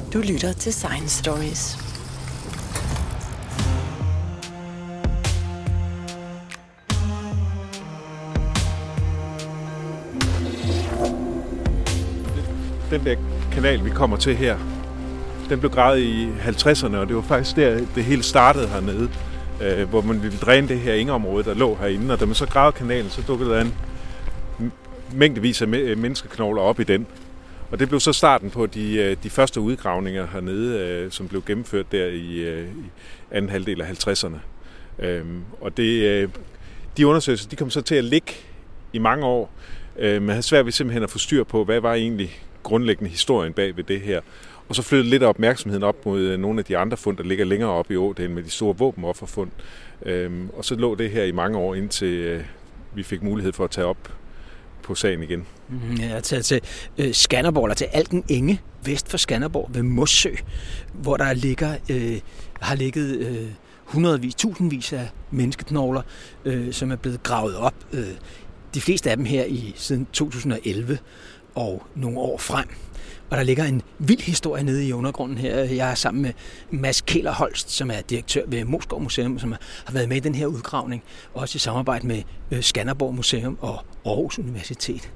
Du lytter til Science Stories. Den der kanal, vi kommer til her, den blev gravet i 50'erne, og det var faktisk der, det hele startede hernede, hvor man ville dræne det her engeområde, der lå herinde. Og da man så gravede kanalen, så dukkede der en mængdevis af menneskeknogler op i den. Og det blev så starten på de første udgravninger hernede, som blev gennemført der i anden halvdel af 50'erne. Og de undersøgelser, de kom så til at ligge i mange år. Man havde svært ved simpelthen at få styr på, hvad var egentlig grundlæggende historien bag ved det her. Og så flyttede lidt opmærksomheden op mod nogle af de andre fund, der ligger længere oppe i ådalen med de store våbenofferfund. Og så lå det her i mange år, indtil vi fik mulighed for at tage op på sagen igen. Jeg er taget til Skanderborg, eller til Alken Enge, vest for Skanderborg ved Mossø, hvor der har ligget hundredvis, tusindvis af menneskeknogler, som er blevet gravet op. De fleste af dem her siden 2011 og nogle år frem. Og der ligger en vild historie nede i undergrunden her. Jeg er sammen med Mads Kæler-Holst, som er direktør ved Moesgaard Museum, som har været med i den her udgravning, også i samarbejde med Skanderborg Museum og Aarhus Universitet.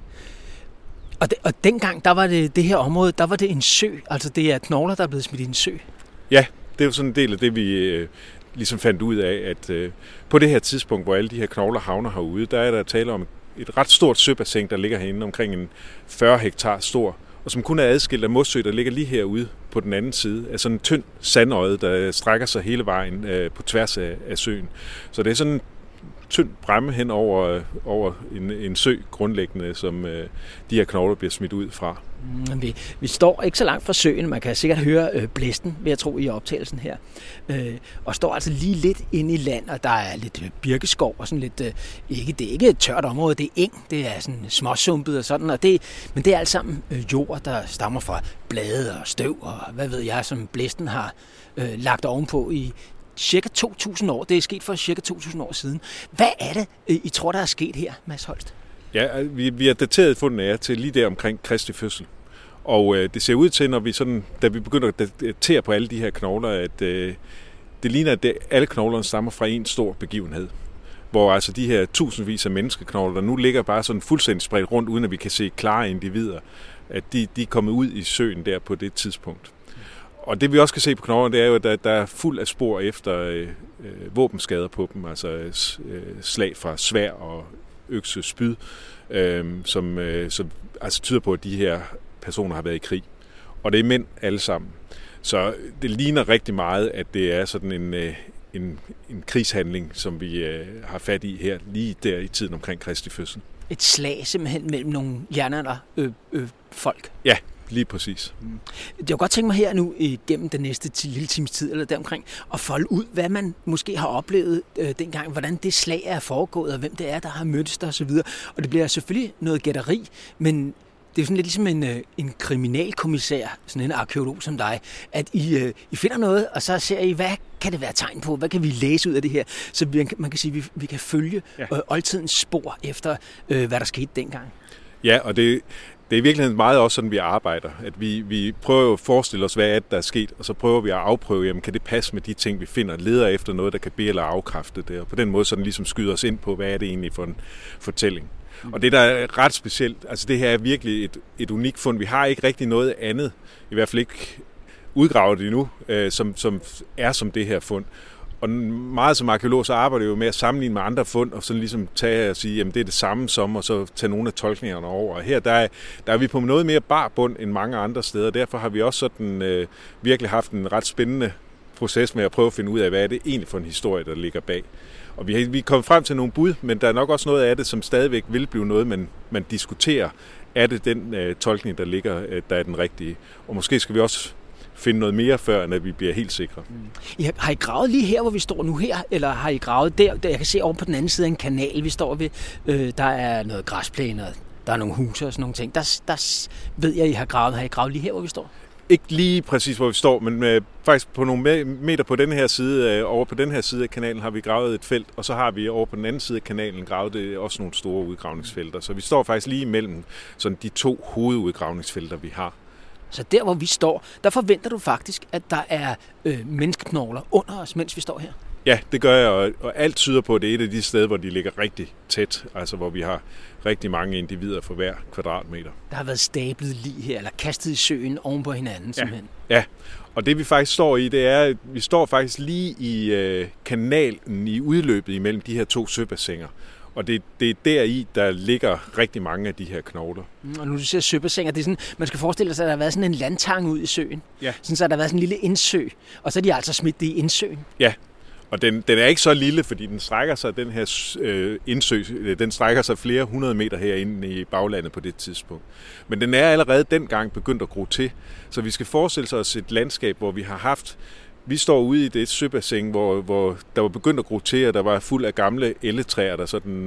Og dengang, der var det her område, der var det en sø. Altså det er knogler, der er blevet smidt i en sø. Ja, det er jo sådan en del af det, vi ligesom fandt ud af, at på det her tidspunkt, hvor alle de her knogler havner herude, der er der tale om et ret stort søbassin, der ligger herinde, omkring en 40 hektar stor, og som kun er adskilt af Mossø, der ligger lige herude på den anden side, af sådan en tynd sandøje, der strækker sig hele vejen på tværs af søen. Så det er sådan en tynd bræmme hen over en sø grundlæggende, som de her knogler bliver smidt ud fra. Vi står ikke så langt fra søen, man kan sikkert høre blæsten, vil jeg tro, i optagelsen her, og står altså lige lidt inde i land, og der er lidt birkeskov og sådan lidt, det er ikke et tørt område, det er eng, det er sådan småsumpet og sådan, men det er alt sammen jord, der stammer fra blade og støv og hvad ved jeg, som blæsten har lagt ovenpå i cirka 2.000 år. Det er sket for cirka 2.000 år siden. Hvad er det, I tror, der er sket her, Mads Holst? Ja, vi har dateret fundene af til lige der omkring Kristi fødsel. Og det ser ud til, da vi begynder at datere på alle de her knogler, at det ligner, at alle knoglerne stammer fra en stor begivenhed. Hvor altså de her tusindvis af menneskeknogler, der nu ligger bare sådan fuldstændig spredt rundt, uden at vi kan se klare individer, at de er kommet ud i søen der på det tidspunkt. Og det vi også kan se på knoglerne, det er jo, at der er fuld af spor efter våbenskader på dem, altså slag fra sværd og økse, spyd, som altså tyder på, at de her personer har været i krig. Og det er mænd alle sammen. Så det ligner rigtig meget, at det er sådan en krigshandling, som vi har fat i her, lige der i tiden omkring Kristi fødsel. Et slag simpelthen mellem nogle jernalder folk. Ja, lige præcis. Jeg kunne godt tænke mig her nu igennem den næste lille times tid eller deromkring at folde ud, hvad man måske har oplevet dengang, hvordan det slag er foregået, og hvem det er, der har mødtes der osv. Og det bliver selvfølgelig noget gætteri, men det er sådan lidt ligesom en kriminalkommissær, sådan en arkeolog som dig, at I finder noget, og så ser I, hvad kan det være tegn på? Hvad kan vi læse ud af det her? Så man kan sige, at vi kan følge oldtidens spor efter, hvad der skete dengang. Ja, og det er i virkeligheden meget også sådan, vi arbejder. At vi prøver at forestille os, hvad er det, der er sket, og så prøver vi at afprøve, jamen, kan det passe med de ting, vi finder, leder efter noget, der kan bede eller afkræfte det. Og på den måde sådan ligesom skyder os ind på, hvad er det egentlig for en fortælling. Og det, der er ret specielt, altså det her er virkelig et unikt fund. Vi har ikke rigtig noget andet, i hvert fald ikke udgravet endnu, som er som det her fund. Og meget som arkeolog, så arbejder jeg jo med at sammenligne med andre fund, og sådan ligesom tage og sige, jamen det er det samme som, og så tage nogle af tolkningerne over. Og her, der er vi på noget mere bar bund end mange andre steder. Derfor har vi også sådan virkelig haft en ret spændende proces med at prøve at finde ud af, hvad er det egentlig for en historie, der ligger bag. Og vi er kommet frem til nogle bud, men der er nok også noget af det, som stadigvæk vil blive noget, man diskuterer. Er det den tolkning, der ligger, der er den rigtige? Og måske skal vi også finde noget mere, før end at vi bliver helt sikre. Har I gravet lige her, hvor vi står nu her, eller har I gravet der? Jeg kan se over på den anden side af en kanal, vi står ved. Der er noget græsplæne, og der er nogle huse og sådan nogle ting. Der ved jeg, I har gravet. Har I gravet lige her, hvor vi står? Ikke lige præcis, hvor vi står, men faktisk på nogle meter på den her side, over på den her side af kanalen, har vi gravet et felt, og så har vi over på den anden side af kanalen gravet også nogle store udgravningsfelter. Så vi står faktisk lige imellem sådan de to hovedudgravningsfelter, vi har. Så der, hvor vi står, der forventer du faktisk, at der er menneskeknogler under os, mens vi står her? Ja, det gør jeg, og alt tyder på, at det er et af de steder, hvor de ligger rigtig tæt, altså hvor vi har rigtig mange individer for hver kvadratmeter. Der har været stablet lig her, eller kastet i søen oven på hinanden, simpelthen. Ja, og det vi faktisk står i, det er, at vi står faktisk lige i kanalen i udløbet imellem de her 2 søbassiner. Og det er deri, der ligger rigtig mange af de her knogler. Og nu du siger søbassiner, det er sådan, man skal forestille sig, at der har været sådan en landtang ud i søen. Ja. Sådan, så der har været sådan en lille indsø, og så er de altså smidt det i indsøen. Ja, og den er ikke så lille, fordi den strækker sig, den her indsø, den strækker sig flere 100 meter herinde i baglandet på det tidspunkt. Men den er allerede dengang begyndt at gro til, så vi skal forestille os et landskab, hvor vi har haft. Vi står ude i det søbassin, hvor der var begyndt at gro til, og der var fuld af gamle elletræer, der sådan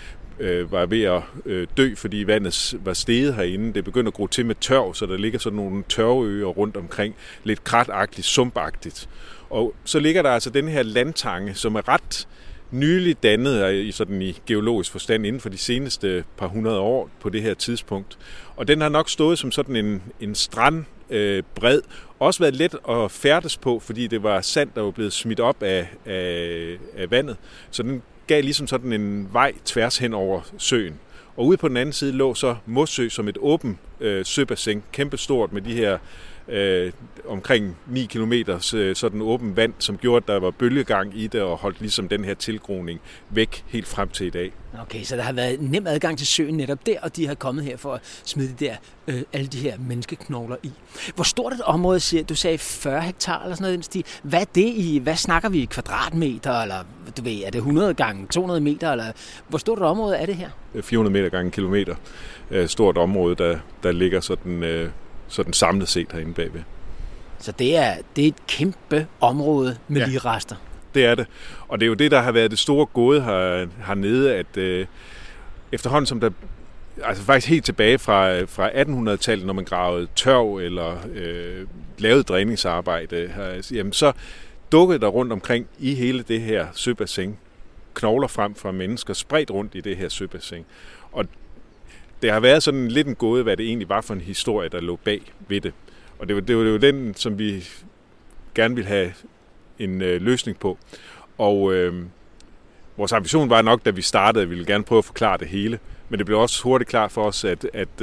var ved at dø, fordi vandet var steget herinde. Det begyndte at gro til med tørv, så der ligger sådan nogle tørveøer rundt omkring, lidt kratagtigt, sumpagtigt. Og så ligger der altså den her landtange, som er ret nyligt dannet i geologisk forstand inden for de seneste par 100 år på det her tidspunkt. Og den har nok stået som sådan en strandbred, også været let at færdes på, fordi det var sand, der var blevet smidt op af vandet. Så den gav ligesom sådan en vej tværs hen over søen. Og ude på den anden side lå så Mossø som et åbent søbassin, kæmpestort med de her omkring 9 kilometers sådan åben vand, som gjorde, at der var bølgegang i det og holdt ligesom den her tilgroning væk helt frem til i dag. Okay, så der har været nem adgang til søen netop der, og de har kommet her for at smide alle de her menneskeknogler i. Hvor stort et område, siger du? Sagde 40 hektar eller sådan noget i den stil. Hvad er det i? Hvad snakker vi? Kvadratmeter? Eller du ved, er det 100 gange 200 meter? Eller hvor stort et område er det her? 400 meter gange kilometer. Stort område, der ligger sådan samlet set herinde bagved. Så det er et kæmpe område med lige rester. Det er det. Og det er jo det, der har været det store gåde hernede, at efterhånden som der, altså faktisk helt tilbage fra 1800-tallet, når man gravede tørv eller lavede dræningsarbejde, jamen så dukkede der rundt omkring i hele det her søbassin knogler frem fra mennesker, spredt rundt i det her søbassin. Og det har været sådan lidt en gåde, hvad det egentlig var for en historie, der lå bag ved det. Og det var jo den, som vi gerne ville have en løsning på. Og vores ambition var nok, da vi startede, at vi ville gerne prøve at forklare det hele. Men det blev også hurtigt klart for os, at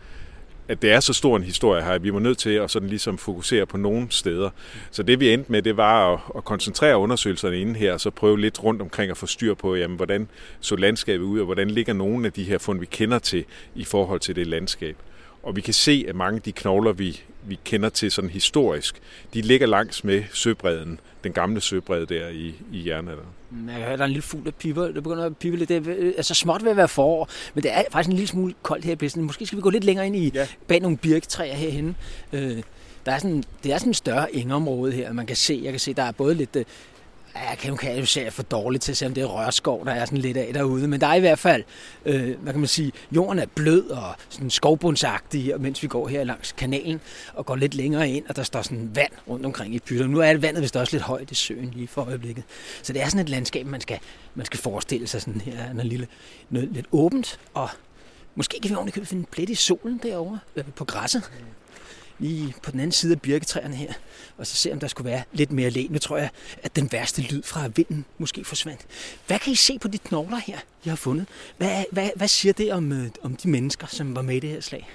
det er så stor en historie her, at vi var nødt til at sådan ligesom fokusere på nogle steder. Så det vi endte med, det var at koncentrere undersøgelserne inde her, og så prøve lidt rundt omkring at få styr på, jamen, hvordan så landskabet ud, og hvordan ligger nogle af de her fund, vi kender til i forhold til det landskab. Og vi kan se, at mange af de knogler, vi kender til sådan historisk, de ligger langs med søbredden, den gamle søbred der i jernalderen. Jeg kan høre, der er en lille fugl, der piper. Det begynder at pipe lidt. Det er altså småt ved at være forår, men det er faktisk en lille smule koldt her i Blæsten. Måske skal vi gå lidt længere ind bag nogle birketræer herhenne. Det er sådan et større engområde her, man kan se. Jeg kan se, der er både lidt... Jeg kan jo se for dårligt til at se, om det er rørskov, der er sådan lidt af derude. Men der er i hvert fald, hvad kan man sige, jorden er blød og sådan skovbundsagtig, mens vi går her langs kanalen og går lidt længere ind, og der står sådan vand rundt omkring i pytter. Nu er det vandet vist også lidt højt i søen lige for øjeblikket. Så det er sådan et landskab, man skal forestille sig sådan her, noget lidt åbent, og måske kan vi ordentligt finde en plet i solen derovre på græsset. Lige på den anden side af birketræerne her, og så se, om der skulle være lidt mere læ. Nu tror jeg, at den værste lyd fra vinden måske forsvandt. Hvad kan I se på de knogler her, I har fundet? Hvad siger det om de mennesker, som var med i det her slag?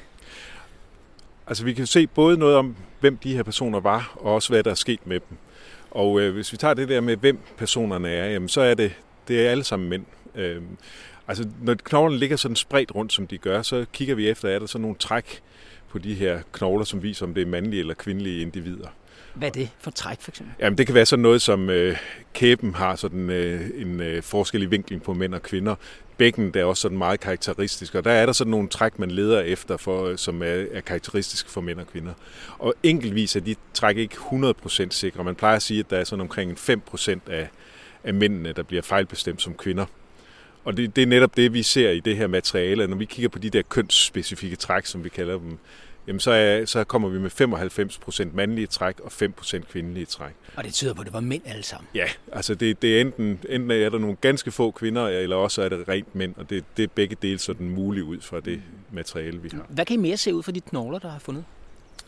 Altså, vi kan se både noget om, hvem de her personer var, og også hvad der er sket med dem. Og hvis vi tager det der med, hvem personerne er, jamen, så er det er alle sammen mænd. Altså, når knoglerne ligger sådan spredt rundt, som de gør, så kigger vi efter, er der sådan nogle træk på de her knogler, som viser, om det er mandlige eller kvindelige individer. Hvad er det for træk, for eksempel? Jamen, det kan være sådan noget, som kæben har sådan en forskellig vinkling på mænd og kvinder. Bækken er også sådan meget karakteristisk, og der er der sådan nogle træk, man leder efter, som er karakteristiske for mænd og kvinder. Og enkeltvis er de træk ikke 100% sikre. Man plejer at sige, at der er sådan omkring 5% af mændene, der bliver fejlbestemt som kvinder. Og det er netop det, vi ser i det her materiale. Når vi kigger på de der kønsspecifikke træk, som vi kalder dem, jamen så kommer vi med 95% mandlige træk og 5% kvindelige træk. Og det tyder på, at det var mænd alle sammen? Ja, altså det er enten er der nogle ganske få kvinder, eller også er det rent mænd, og det er begge dele sådan muligt ud fra det materiale, vi har. Hvad kan I mere se ud fra de knogler, der har fundet?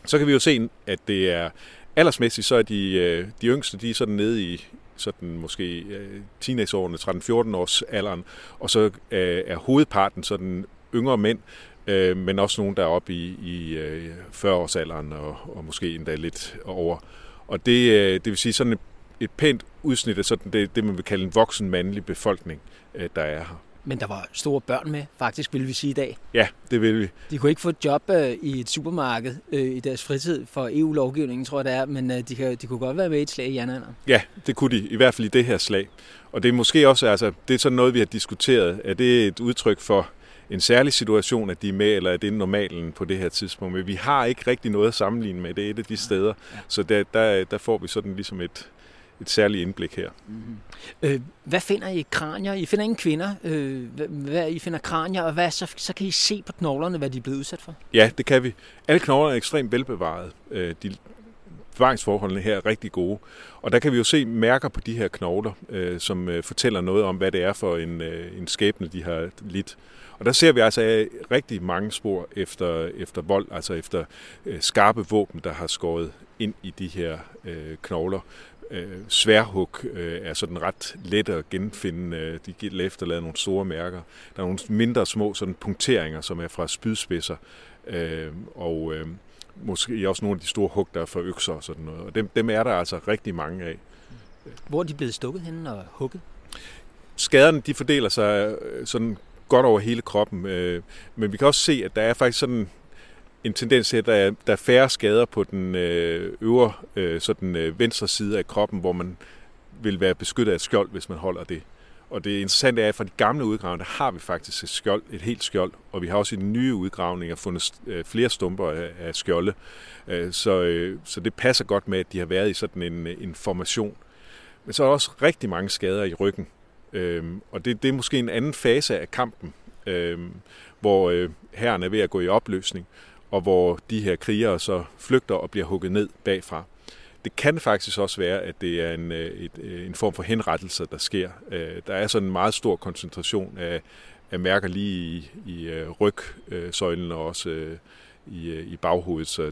Så kan vi jo se, at det er aldersmæssigt, så er de yngste, de er sådan nede i sådan måske teenageårene, 13-14 års alderen, og så er hovedparten sådan yngre mænd, men også nogen, der er oppe i 40-årsalderen og måske endda lidt over. Og det vil sige sådan et pænt udsnit af sådan det, man vil kalde en voksen mandlig befolkning, der er her. Men der var store børn med, faktisk, vil vi sige i dag. Ja, det vil vi. De kunne ikke få et job i et supermarked i deres fritid for EU-lovgivningen, tror jeg det er, men de kunne godt være med i et slag i jernalderen. Ja, det kunne de, i hvert fald i det her slag. Og det er måske også, altså, det er sådan noget, vi har diskuteret. Er det et udtryk for en særlig situation, at de er med, eller er det normalen på det her tidspunkt? Men vi har ikke rigtig noget at sammenligne med. Det er et af de steder. Ja. Så der får vi sådan ligesom et særligt indblik her. Mm-hmm. Hvad finder I kranier? I finder ingen kvinder. I finder kranier, og hvad, så kan I se på knoglerne, hvad de er blevet udsat for? Ja, det kan vi. Alle knoglerne er ekstremt velbevaret. De bevaringsforholdene her er rigtig gode. Og der kan vi jo se mærker på de her knogler, som fortæller noget om, hvad det er for en skæbne, de har lidt. Og der ser vi altså rigtig mange spor efter vold, altså efter skarpe våben, der har skåret ind i de her knogler. Sværhug er sådan ret let at genfinde. De efterlader nogle store mærker. Der er nogle mindre små sådan punkteringer, som er fra spydspidser, og måske også nogle af de store hug, der er fra økser og sådan noget. Og dem er der altså rigtig mange af. Hvor er de blevet stukket henne og hugget? Skaderne, de fordeler sig sådan godt over hele kroppen, men vi kan også se, at der er faktisk sådan en tendens til, at der er færre skader på den øvre venstre side af kroppen, hvor man vil være beskyttet af et skjold, hvis man holder det. Og det interessante er, at fra de gamle udgravninger, der har vi faktisk et helt skjold, og vi har også i de nye udgravninger fundet flere stumper af skjolde. Så det passer godt med, at de har været i sådan en formation. Men så er der også rigtig mange skader i ryggen. Og det er måske en anden fase af kampen, hvor hæren er ved at gå i opløsning, og hvor de her krigere så flygter og bliver hugget ned bagfra. Det kan faktisk også være, at det er en form for henrettelse, der sker. Der er sådan en meget stor koncentration af mærker lige i rygsøjlen og også i baghovedet, så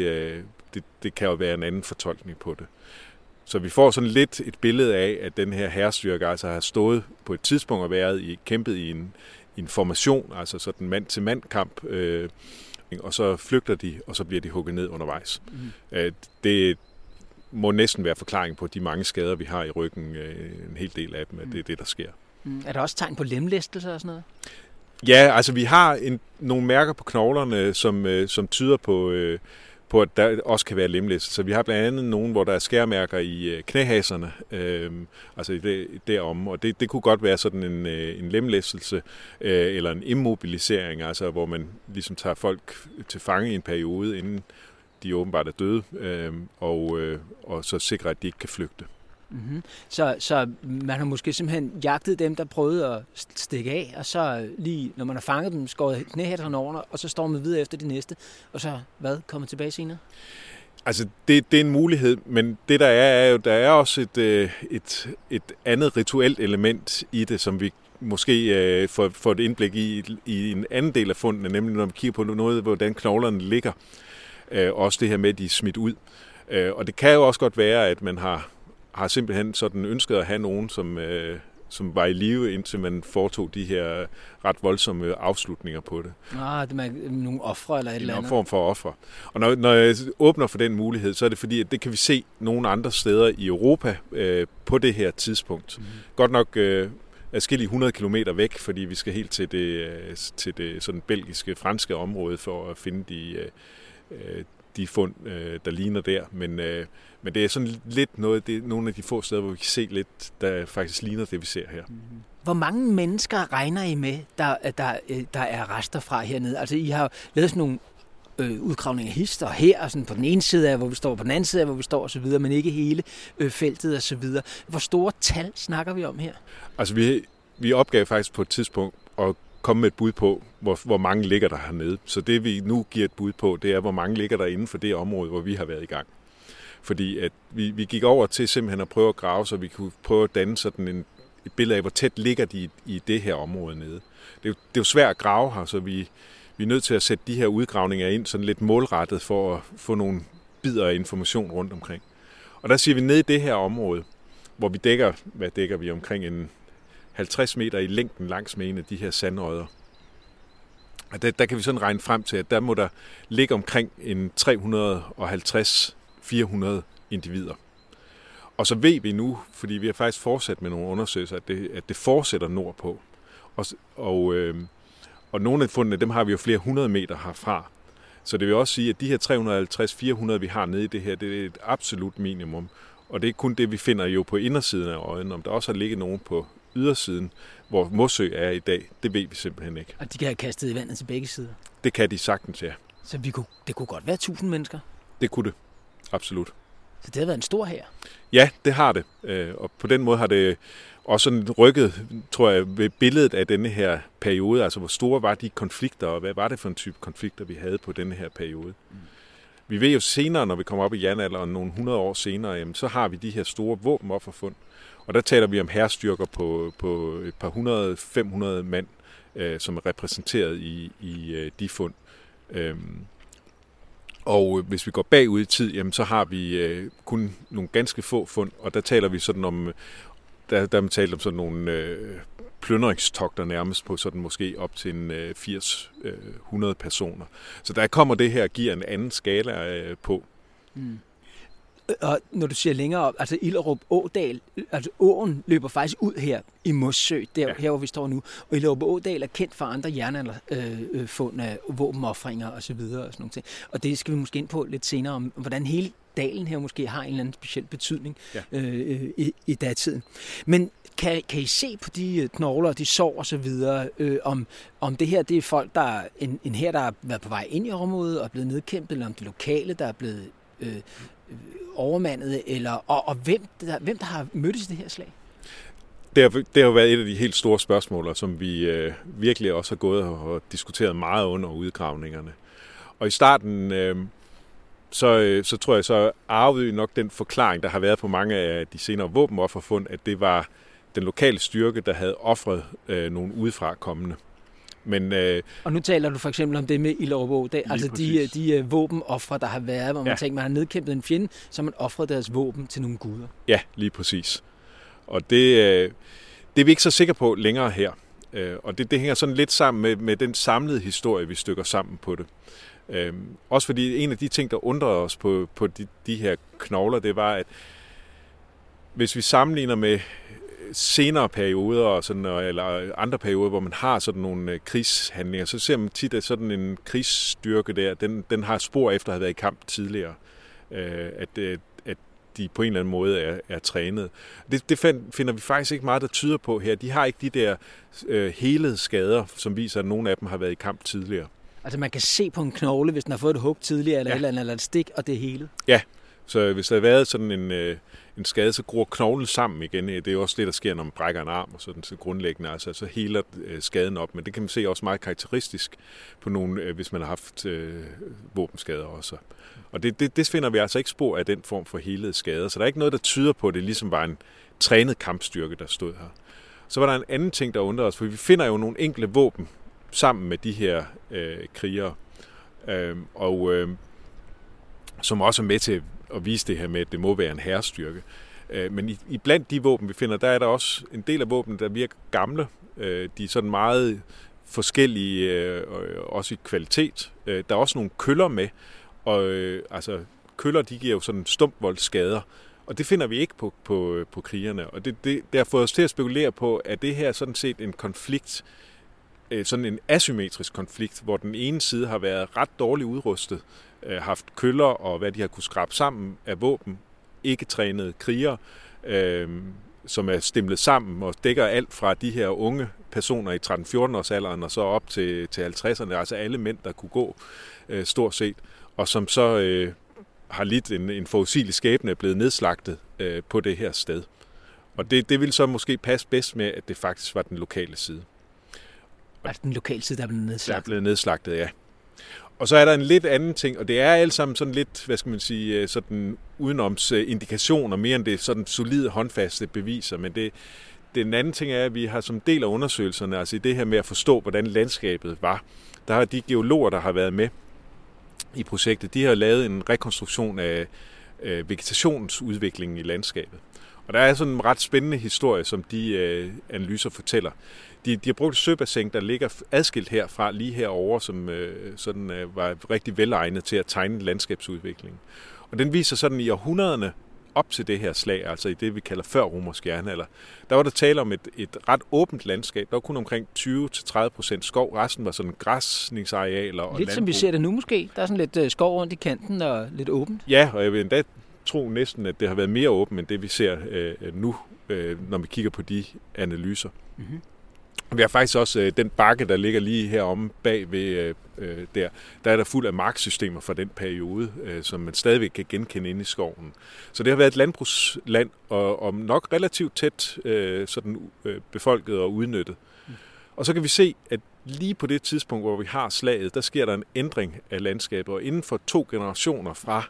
det kan jo være en anden fortolkning på det. Så vi får sådan lidt et billede af, at den her hærstyrke altså har stået på et tidspunkt og kæmpet i en formation, altså sådan mand-til-mand kamp, og så flygter de, og så bliver de hugget ned undervejs. Det må næsten være forklaring på de mange skader, vi har i ryggen, en hel del af dem, at det er det, der sker. Er der også tegn på lemlæstelse og sådan noget? Ja, altså vi har nogle mærker på knoglerne, som tyder på, at der også kan være lemlæstelse. Så vi har blandt andet nogle, hvor der er skærmærker i knæhaserne, altså derom, og det kunne godt være sådan en lemlæstelse eller en immobilisering, altså hvor man ligesom tager folk til fange i en periode, inden de åbenbart er døde, og så sikrer, at de ikke kan flygte. Mm-hmm. Så man har måske simpelthen jagtet dem, der prøvede at stikke af, og så lige, når man har fanget dem, skåret knæhætterne over, og så står man videre efter de næste, og så kommer tilbage senere? Altså, det er en mulighed, men det der er jo, der er også et andet rituelt element i det, som vi måske får et indblik i en anden del af fundene, nemlig når vi kigger på noget, hvordan knoglerne ligger. Også det her med, at de er smidt ud. Og det kan jo også godt være, at man har simpelthen sådan ønsket at have nogen, som var i live, indtil man foretog de her ret voldsomme afslutninger på det. Det er nogle ofre eller et eller andet. En form for ofre. Og når jeg åbner for den mulighed, så er det fordi, at det kan vi se nogle andre steder i Europa på det her tidspunkt. Godt nok adskillige 100 kilometer væk, fordi vi skal helt til det sådan belgiske, franske område for at finde de fund, der ligner der. Men det er sådan lidt noget, det er nogle af de få steder, hvor vi kan se lidt, der faktisk ligner det, vi ser her. Hvor mange mennesker regner I med, der er rester fra hernede? Altså, I har lavet sådan nogle udgravninger hister her, sådan på den ene side af, hvor vi står, på den anden side af, hvor vi står osv., men ikke hele feltet osv. Hvor store tal snakker vi om her? Altså, vi opgav faktisk på et tidspunkt at komme med et bud på, hvor mange ligger der hernede. Så det vi nu giver et bud på, det er, hvor mange ligger der inden for det område, hvor vi har været i gang. Fordi at vi gik over til simpelthen at prøve at grave, så vi kunne prøve at danne sådan et billede af, hvor tæt ligger de i det her område nede. Det er jo svært at grave her, så vi vi er nødt til at sætte de her udgravninger ind sådan lidt målrettet for at få nogle bidder af information rundt omkring. Og der siger vi, ned i det her område, hvor vi dækker vi omkring en 50 meter i længden langs med en af de her sandodder. Og der kan vi sådan regne frem til, at der må der ligge omkring en 350-400 individer. Og så ved vi nu, fordi vi har faktisk fortsat med nogle undersøgelser, at det fortsætter nordpå. Og nogle af fundene, dem har vi jo flere 100 meter herfra. Så det vil også sige, at de her 350-400, vi har nede i det her, det er et absolut minimum. Og det er kun det, vi finder jo på indersiden af øjen. Om der også har ligget nogen på ydersiden, hvor Mossø er i dag, det ved vi simpelthen ikke. Og de kan have kastet i vandet til begge sider? Det kan de sagtens, ja. Så det kunne godt være 1000 mennesker? Det kunne det, absolut. Så det har været en stor hær? Ja, det har det. Og på den måde har det også sådan rykket, tror jeg, ved billedet af denne her periode. Altså, hvor store var de konflikter, og hvad var det for en type konflikter, vi havde på denne her periode. Vi ved jo senere, når vi kommer op i jernalderen, nogle 100 år senere, jamen, så har vi de her store våbenofferfund. Og der taler vi om hærstyrker på et par 100-500 mand, som er repræsenteret i de fund. Og hvis vi går bagud i tid, jamen, så har vi kun nogle ganske få fund, og der taler vi sådan om, der man talt om sådan nogle plyndringstogter nærmest på sådan måske op til en 80-100 personer. Så der kommer det her, giver en anden skala på. Mm. Og når du siger længere op, altså Illerup Ådal, altså åen løber faktisk ud her i Mossø, her hvor vi står nu. Og Illerup Ådal er kendt for andre jernalderfund af våbenoffringer og så videre og sådan nogle ting. Og det skal vi måske ind på lidt senere om, hvordan hele dalen her måske har en eller anden speciel betydning i datiden. Men kan I se på de knogler, de sår og så videre, om det her det er folk, der en her, der har været på vej ind i området og er blevet nedkæmpet, eller om det lokale, der er blevet overmandet, og hvem der har mødtes i det her slag? Det har jo været et af de helt store spørgsmål, som vi virkelig også har gået og diskuteret meget under udgravningerne. Og i starten, så tror jeg, så arvede vi nok den forklaring, der har været på mange af de senere våbenofferfund, at det var den lokale styrke, der havde ofret nogle udefra kommende. Men, og nu taler du for eksempel om det med Illerup Ådal, altså de våbenofre, der har været, hvor man tænker, man har nedkæmpet en fjende, så man offret deres våben til nogle guder. Ja, lige præcis. Og det er vi ikke så sikre på længere her. Og det hænger sådan lidt sammen med den samlede historie, vi stykker sammen på det. Også fordi en af de ting, der undrede os på de her knogler, det var, at hvis vi sammenligner med senere perioder og sådan, eller andre perioder, hvor man har sådan nogle krigshandlinger, så ser man tit, at sådan en krigsstyrke der, den har spor efter at have været i kamp tidligere. At de på en eller anden måde er trænet. Det finder vi faktisk ikke meget, der tyder på her. De har ikke de der helede skader, som viser, at nogle af dem har været i kamp tidligere. Altså man kan se på en knogle, hvis den har fået et hug tidligere, eller et eller andet, eller et stik, og det er helet? Ja, så hvis der har været sådan en skade, så gror knoglen sammen igen. Det er jo også det, der sker, når man brækker en arm, og sådan så grundlæggende, altså så heler skaden op. Men det kan man se også meget karakteristisk på nogle, hvis man har haft våbenskader også. Og det finder vi altså ikke spor af den form for helede skader. Så der er ikke noget, der tyder på, at det ligesom var en trænet kampstyrke, der stod her. Så var der en anden ting, der undrede os, for vi finder jo nogle enkelte våben sammen med de her krigere, som også er med til at vise det her med, at det må være en hærstyrke. Men i blandt de våben, vi finder, der er der også en del af våben, der virker gamle. De er sådan meget forskellige, også i kvalitet. Der er også nogle køller med, og altså køller, de giver jo sådan stumpvoldsskader, og det finder vi ikke på krigerne. Og det har fået os til at spekulere på, at det her sådan set en konflikt, sådan en asymmetrisk konflikt, hvor den ene side har været ret dårligt udrustet, haft køller og hvad de har kunne skrabe sammen af våben, ikke trænede krigere, som er stimlet sammen og dækker alt fra de her unge personer i 13-14 års alderen og så op til 50'erne, altså alle mænd, der kunne gå stort set, og som så har lidt en forudsigelig skæbne er blevet nedslagtet på det her sted. Og det vil så måske passe bedst med, at det faktisk var den lokale side. Altså den lokale side, der er blevet nedslagtet? Der er blevet nedslagtet, ja. Og så er der en lidt anden ting, og det er alle sammen sådan lidt, hvad skal man sige, sådan udenoms indikationer, mere end det sådan solide håndfaste beviser, men den anden ting er, at vi har som del af undersøgelserne, altså i det her med at forstå, hvordan landskabet var, der har de geologer, der har været med i projektet, de har lavet en rekonstruktion af vegetationsudviklingen i landskabet. Og der er sådan en ret spændende historie, som de analyser fortæller. De har brugt et søbassin, der ligger adskilt herfra, lige herovre, som var rigtig velegnet til at tegne landskabsudviklingen. Og den viser sådan i århundrederne op til det her slag, altså i det, vi kalder før romersk jernalder, der var der tale om et ret åbent landskab. Der var kun omkring 20-30% skov. Resten var sådan græsningsarealer og lidt landbrug. Som vi ser det nu måske. Der er sådan lidt skov rundt i kanten og lidt åbent. Ja, og jeg vil endda tro næsten, at det har været mere åbent, end det vi ser nu, når vi kigger på de analyser. Mm-hmm. Vi har faktisk også den bakke, der ligger lige heromme bag ved der er der fuld af marksystemer fra den periode, som man stadigvæk kan genkende inde i skoven. Så det har været et landbrugsland, og nok relativt tæt befolket og udnyttet. Mm. Og så kan vi se, at lige på det tidspunkt, hvor vi har slaget, der sker der en ændring af landskabet, og inden for 2 generationer fra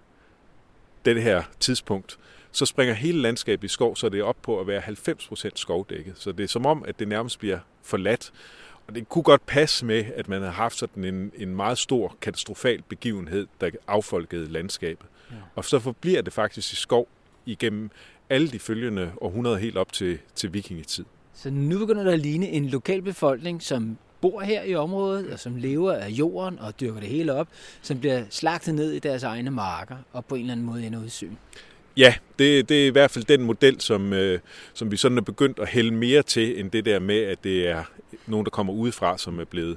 det her tidspunkt, så springer hele landskabet i skov, så det er op på at være 90% skovdækket. Så det er som om, at det nærmest bliver forladt. Og det kunne godt passe med, at man har haft sådan en meget stor katastrofal begivenhed, der affolkede landskabet. Ja. Og så forbliver det faktisk i skov igennem alle de følgende århundreder helt op til vikingetid. Så nu begynder der at ligne en lokal befolkning, som bor her i området, og som lever af jorden og dyrker det hele op, som bliver slagtet ned i deres egne marker og på en eller anden måde ender udsyn. Ja, det er i hvert fald den model, som vi sådan er begyndt at hælde mere til, end det der med, at det er nogen, der kommer udefra, som er blevet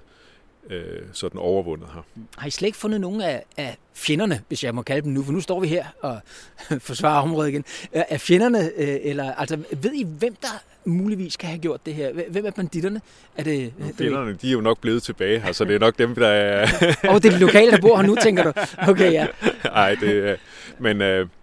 sådan overvundet her. Har I slet ikke fundet nogen af fjenderne, hvis jeg må kalde dem nu, for nu står vi her og forsvarer området igen. Er fjenderne, eller altså ved I, hvem der muligvis kan have gjort det her? Hvem er banditterne? Er det fjenderne, de er jo nok blevet tilbage her, så det er nok dem, der er... det er de lokale, der bor her nu, tænker du? Okay, ja. Nej, men...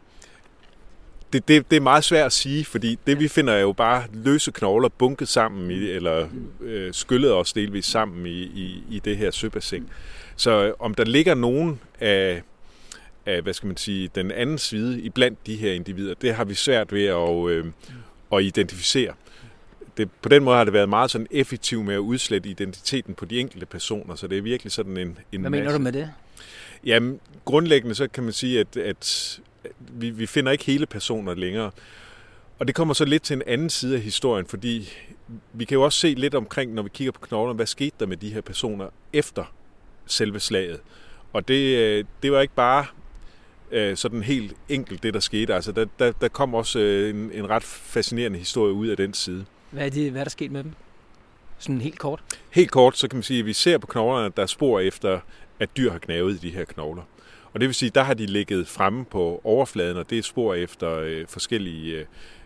Det er meget svært at sige, fordi det vi finder er jo bare løse knogler bunket sammen eller skyllet os delvis sammen i det her søbassin. Så om der ligger nogen af hvad skal man sige, den anden side iblandt de her individer, det har vi svært ved at identificere. På den måde har det været meget sådan effektivt med at udslette identiteten på de enkelte personer, så det er virkelig sådan en Hvad mener du med det? Jamen, grundlæggende så kan man sige, at vi finder ikke hele personer længere. Og det kommer så lidt til en anden side af historien, fordi vi kan jo også se lidt omkring, når vi kigger på knoglerne, hvad skete der med de her personer efter selve slaget. Og det var ikke bare sådan helt enkelt det, der skete. Altså, der kom også en ret fascinerende historie ud af den side. Hvad er der sket med dem? Sådan helt kort? Helt kort, så kan man sige, at vi ser på knoglerne, at der er spor efter, at dyr har gnavet i de her knogler. Og det vil sige, der har de ligget fremme på overfladen, og det er spor efter forskellige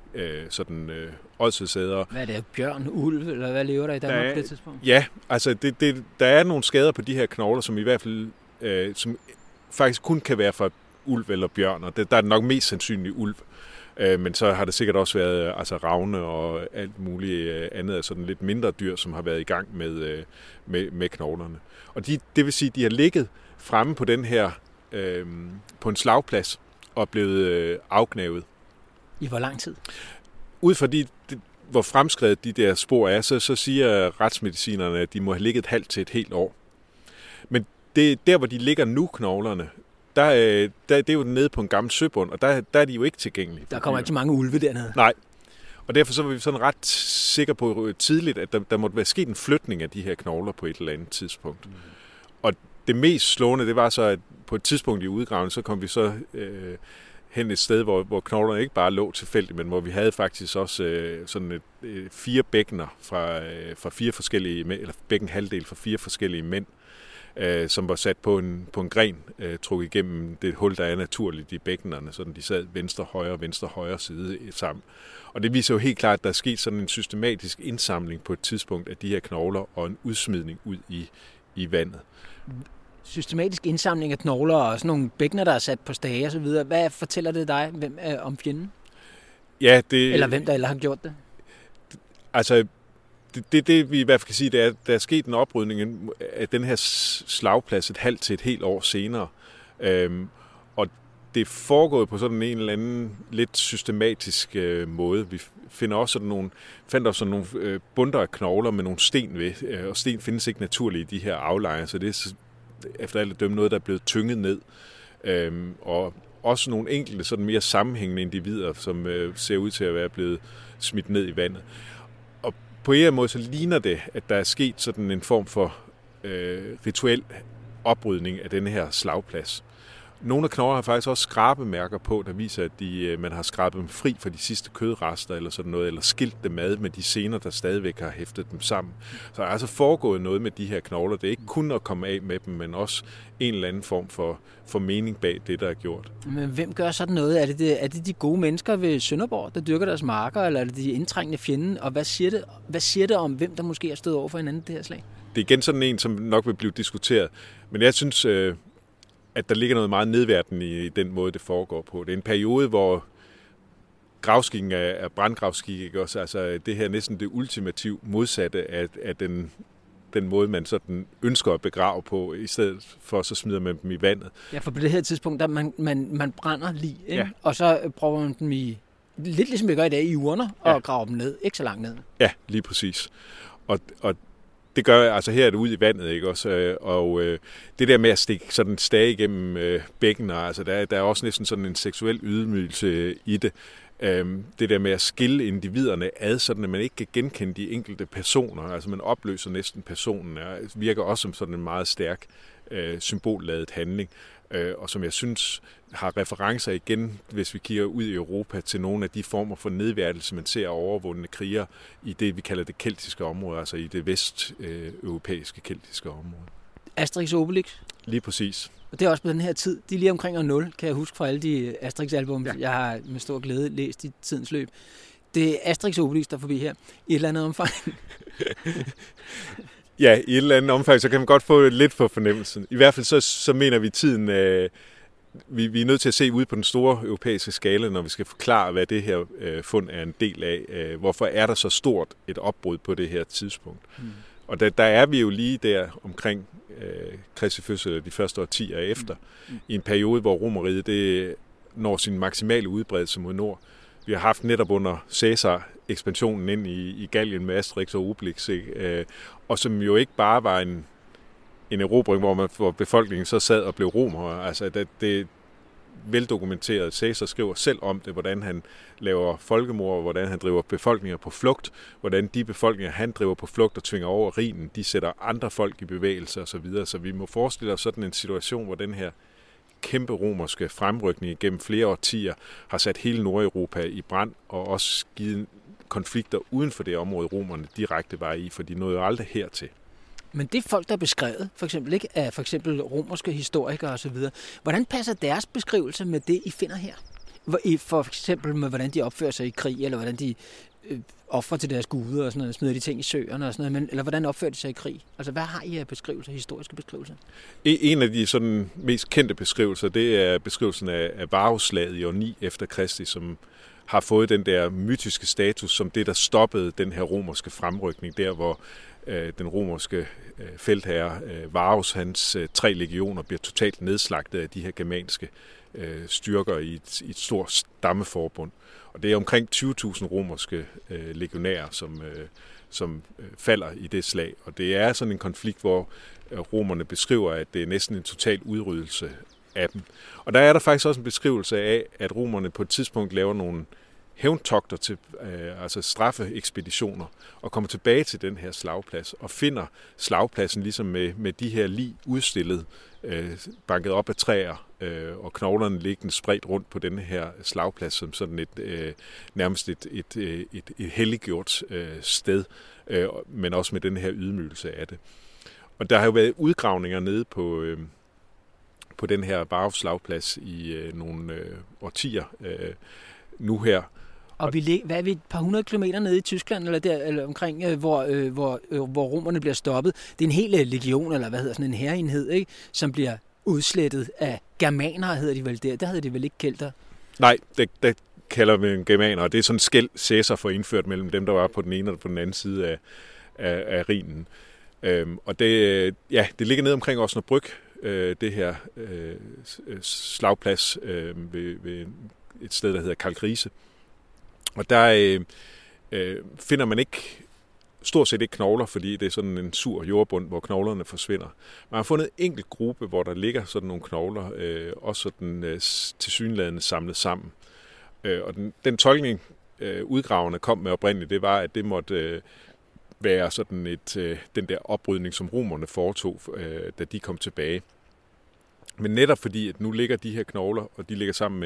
ådselsædere. Hvad er det? Bjørn, ulv, eller hvad lever der i Danmark på det tidspunkt? Ja, altså der er nogle skader på de her knogler, som i hvert fald som faktisk kun kan være fra ulv eller bjørn, og der er det nok mest sandsynligt ulv. Men så har det sikkert også været ravne og alt muligt andet af sådan lidt mindre dyr, som har været i gang med knoglerne. Og det vil sige, at de har ligget fremme på den her på en slagplads og blevet afgnavet. I hvor lang tid? Ud fra hvor fremskredet de der spor er, så siger retsmedicinerne, at de må have ligget et halvt til et helt år. Men der, hvor de ligger nu, knoglerne, det er jo nede på en gammel søbund, og der er de jo ikke tilgængelige. Der kommer ikke så mange ulve dernede. Nej. Og derfor så var vi sådan ret sikre på tidligt, at der måtte være sket en flytning af de her knogler på et eller andet tidspunkt. Mm. Og det mest slående, det var så, at på et tidspunkt i udgravningen, så kom vi så hen et sted, hvor knoglerne ikke bare lå tilfældigt, men hvor vi havde faktisk også sådan 4 bækkener fra 4 forskellige mænd, eller bækkenhalvdel fra 4 forskellige mænd, som var sat på en gren, trukket igennem det hul, der er naturligt i bækkenerne, sådan de sad venstre højre side sammen. Og det viser jo helt klart, at der er sket sådan en systematisk indsamling på et tidspunkt af de her knogler og en udsmidning ud i vandet. Systematisk indsamling af knogler og sådan nogle bækkener, der er sat på stage og så videre. Hvad fortæller det dig om fjenden? Ja, eller hvem der ellers har gjort det? Altså, det vi i hvert fald kan sige, det er, at der er sket en oprydning af den her slagplads et halvt til et helt år senere. Og det er foregået på sådan en eller anden lidt systematisk måde. Vi finder også fandt også sådan nogle bundter af knogler med nogle sten ved, og sten findes ikke naturligt i de her aflejre, så det er efter alt at dømme noget, der er blevet tynget ned. Og også nogle enkelte sådan mere sammenhængende individer, som ser ud til at være blevet smidt ned i vandet. Og på en måde så ligner det, at der er sket sådan en form for rituel oprydning af denne her slagplads. Nogle af knoglerne har faktisk også skrabemærker på, der viser, at man har skrabet dem fri fra de sidste kødrester eller sådan noget, eller skilt dem ad med de sener, der stadigvæk har hæftet dem sammen. Så der er altså foregået noget med de her knogler. Det er ikke kun at komme af med dem, men også en eller anden form for mening bag det, der er gjort. Men hvem gør sådan noget? Er det de gode mennesker ved Sønderborg, der dyrker deres marker, eller er det de indtrængende fjenden? Og hvad siger det om, hvem der måske er stået over for hinanden det her slag? Det er igen sådan en, som nok vil blive diskuteret. Men jeg synes, at der ligger noget meget nedværtende i den måde, det foregår på. Det er en periode, hvor gravskikken er brandgravskik, ikke også? Altså det her næsten det ultimative modsatte af den måde, man sådan ønsker at begrave på, i stedet for så smider man dem i vandet. Ja, for på det her tidspunkt, der man brænder lige, ikke? Ja. Og så prøver man dem i, lidt ligesom vi gør i dag, i urner, og graver dem ned, ikke så langt ned. Ja, lige præcis. Og det gør altså her er det ud i vandet, ikke også? Og det der med at stikke sådan en stage igennem bækkener, altså der er også næsten sådan en seksuel ydmygelse i det. Det der med at skille individerne ad, sådan at man ikke kan genkende de enkelte personer, altså man opløser næsten personen, virker også som sådan en meget stærk symbolladet handling, og som jeg synes har referencer igen, hvis vi kigger ud i Europa, til nogle af de former for nedværtelse, man ser overvundne kriger i det, vi kalder det keltiske område, altså i det vesteuropæiske keltiske område. Asterix og Obelix? Lige præcis. Og det er også på den her tid. De er lige omkring år 0, kan jeg huske fra alle de Asterix-album, jeg har med stor glæde læst i tidens løb. Det er Asterix og Obelix, der er forbi her, i et eller andet omfang. Ja, i et eller andet omfang, så kan man godt få lidt for fornemmelsen. I hvert fald så mener vi tiden, vi er nødt til at se ud på den store europæiske skala, når vi skal forklare, hvad det her fund er en del af. Hvorfor er der så stort et opbrud på det her tidspunkt? Og der er vi jo lige der omkring Kristi fødsel, de første årtier efter, i en periode, hvor Romerriget det når sin maksimale udbredelse mod nord. Vi har haft netop under Caesar ekspansionen ind i Gallien med Asterix og Obelix, og som jo ikke bare var en erobring, hvor befolkningen så sad og blev romere. Altså det veldokumenteret. Caesar skriver selv om det, hvordan han laver folkemord, hvordan han driver befolkninger på flugt, hvordan de befolkninger, han driver på flugt og tvinger over Rhinen, de sætter andre folk i bevægelse osv. Så vi må forestille os sådan en situation, hvor den her kæmpe romerske fremrykning igennem flere årtier har sat hele Nordeuropa i brand og også givet konflikter uden for det område, romerne direkte var i, for de nåede jo aldrig hertil. Men det folk, der er beskrevet, for eksempel ikke af for eksempel romerske historikere osv., hvordan passer deres beskrivelse med det, I finder her? For eksempel med, hvordan de opfører sig i krig, eller hvordan de offer til deres guder og sådan noget, smider de ting i søerne og sådan noget, eller hvordan opfører de sig i krig? Altså, hvad har I af beskrivelser, historiske beskrivelser? En af de sådan mest kendte beskrivelser, det er beskrivelsen af Varusslaget i år 9 efter Kristi, som har fået den der mytiske status som det, der stoppede den her romerske fremrykning, der hvor den romerske feltherre Varus, hans 3 legioner, bliver totalt nedslagtet af de her germanske styrker i et stort stammeforbund. Og det er omkring 20.000 romerske legionærer, som falder i det slag. Og det er sådan en konflikt, hvor romerne beskriver, at det er næsten en total udryddelse af dem. Og der er der faktisk også en beskrivelse af, at romerne på et tidspunkt laver nogle hævntogter til altså straffeekspeditioner og kommer tilbage til den her slagplads og finder slagpladsen ligesom med de her lig udstillet, banket op af træer og knoglerne liggende spredt rundt på denne her slagplads som sådan et nærmest et helliggjort sted, men også med den her ydmygelse af det. Og der har jo været udgravninger nede på den her Varus-slagplads i nogle årtier nu her. Og hvad er vi et par 100 kilometer nede i Tyskland, eller omkring, hvor romerne bliver stoppet? Det er en hel legion, eller hvad hedder sådan en hærenhed, ikke? Som bliver udslettet af germanere, hedder de vel der. Der hedder de vel ikke kelter? Nej, det kalder vi germanere, og det er sådan en skel, Caesar får indført mellem dem, der var på den ene og på den anden side af Rhinen. Og det ligger ned omkring Osnabrück, det her slagplads ved et sted, der hedder Kalkrise. Og der finder man stort set ikke knogler, fordi det er sådan en sur jordbund, hvor knoglerne forsvinder. Man har fundet en enkelt gruppe, hvor der ligger sådan nogle knogler, også sådan tilsyneladende samlet sammen. Og den tolkning, udgraverne kom med oprindeligt, det var, at det måtte være sådan den der oprydning, som romerne foretog, da de kom tilbage. Men netop fordi, at nu ligger de her knogler, og de ligger sammen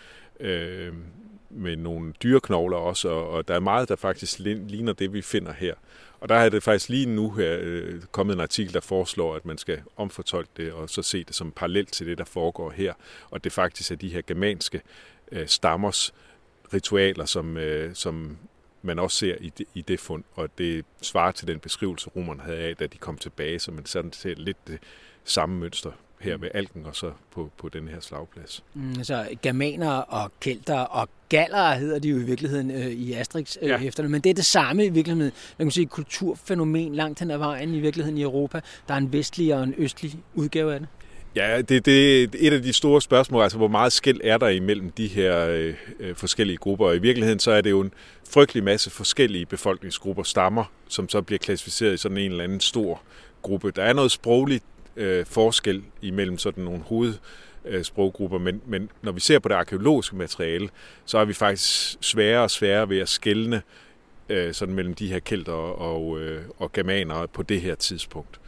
med nogle dyreknogler også, og der er meget, der faktisk ligner det, vi finder her. Og der er det faktisk lige nu her kommet en artikel, der foreslår, at man skal omfortolke det, og så se det som parallelt til det, der foregår her. Og det faktisk er de her germanske stammers ritualer, som man også ser i det fund, og det svarer til den beskrivelse, romerne havde af, da de kom tilbage, så man sådan ser lidt det samme mønster her ved Alken og så på den her slagplads. Så germaner og kelter og galler hedder de jo i virkeligheden i Asterix-hæfterne, men det er det samme i virkeligheden, man kan sige, kulturfænomen langt hen ad vejen i virkeligheden i Europa. Der er en vestlig og en østlig udgave af det. Ja, det er et af de store spørgsmål, altså hvor meget skel er der imellem de her forskellige grupper, og i virkeligheden så er det jo en frygtelig masse forskellige befolkningsgrupper, stammer, som så bliver klassificeret i sådan en eller anden stor gruppe. Der er noget sprogligt forskel imellem sådan nogle hovedsproggrupper, men når vi ser på det arkæologiske materiale, så er vi faktisk sværere og sværere ved at skelne sådan mellem de her kelter og germanere på det her tidspunkt.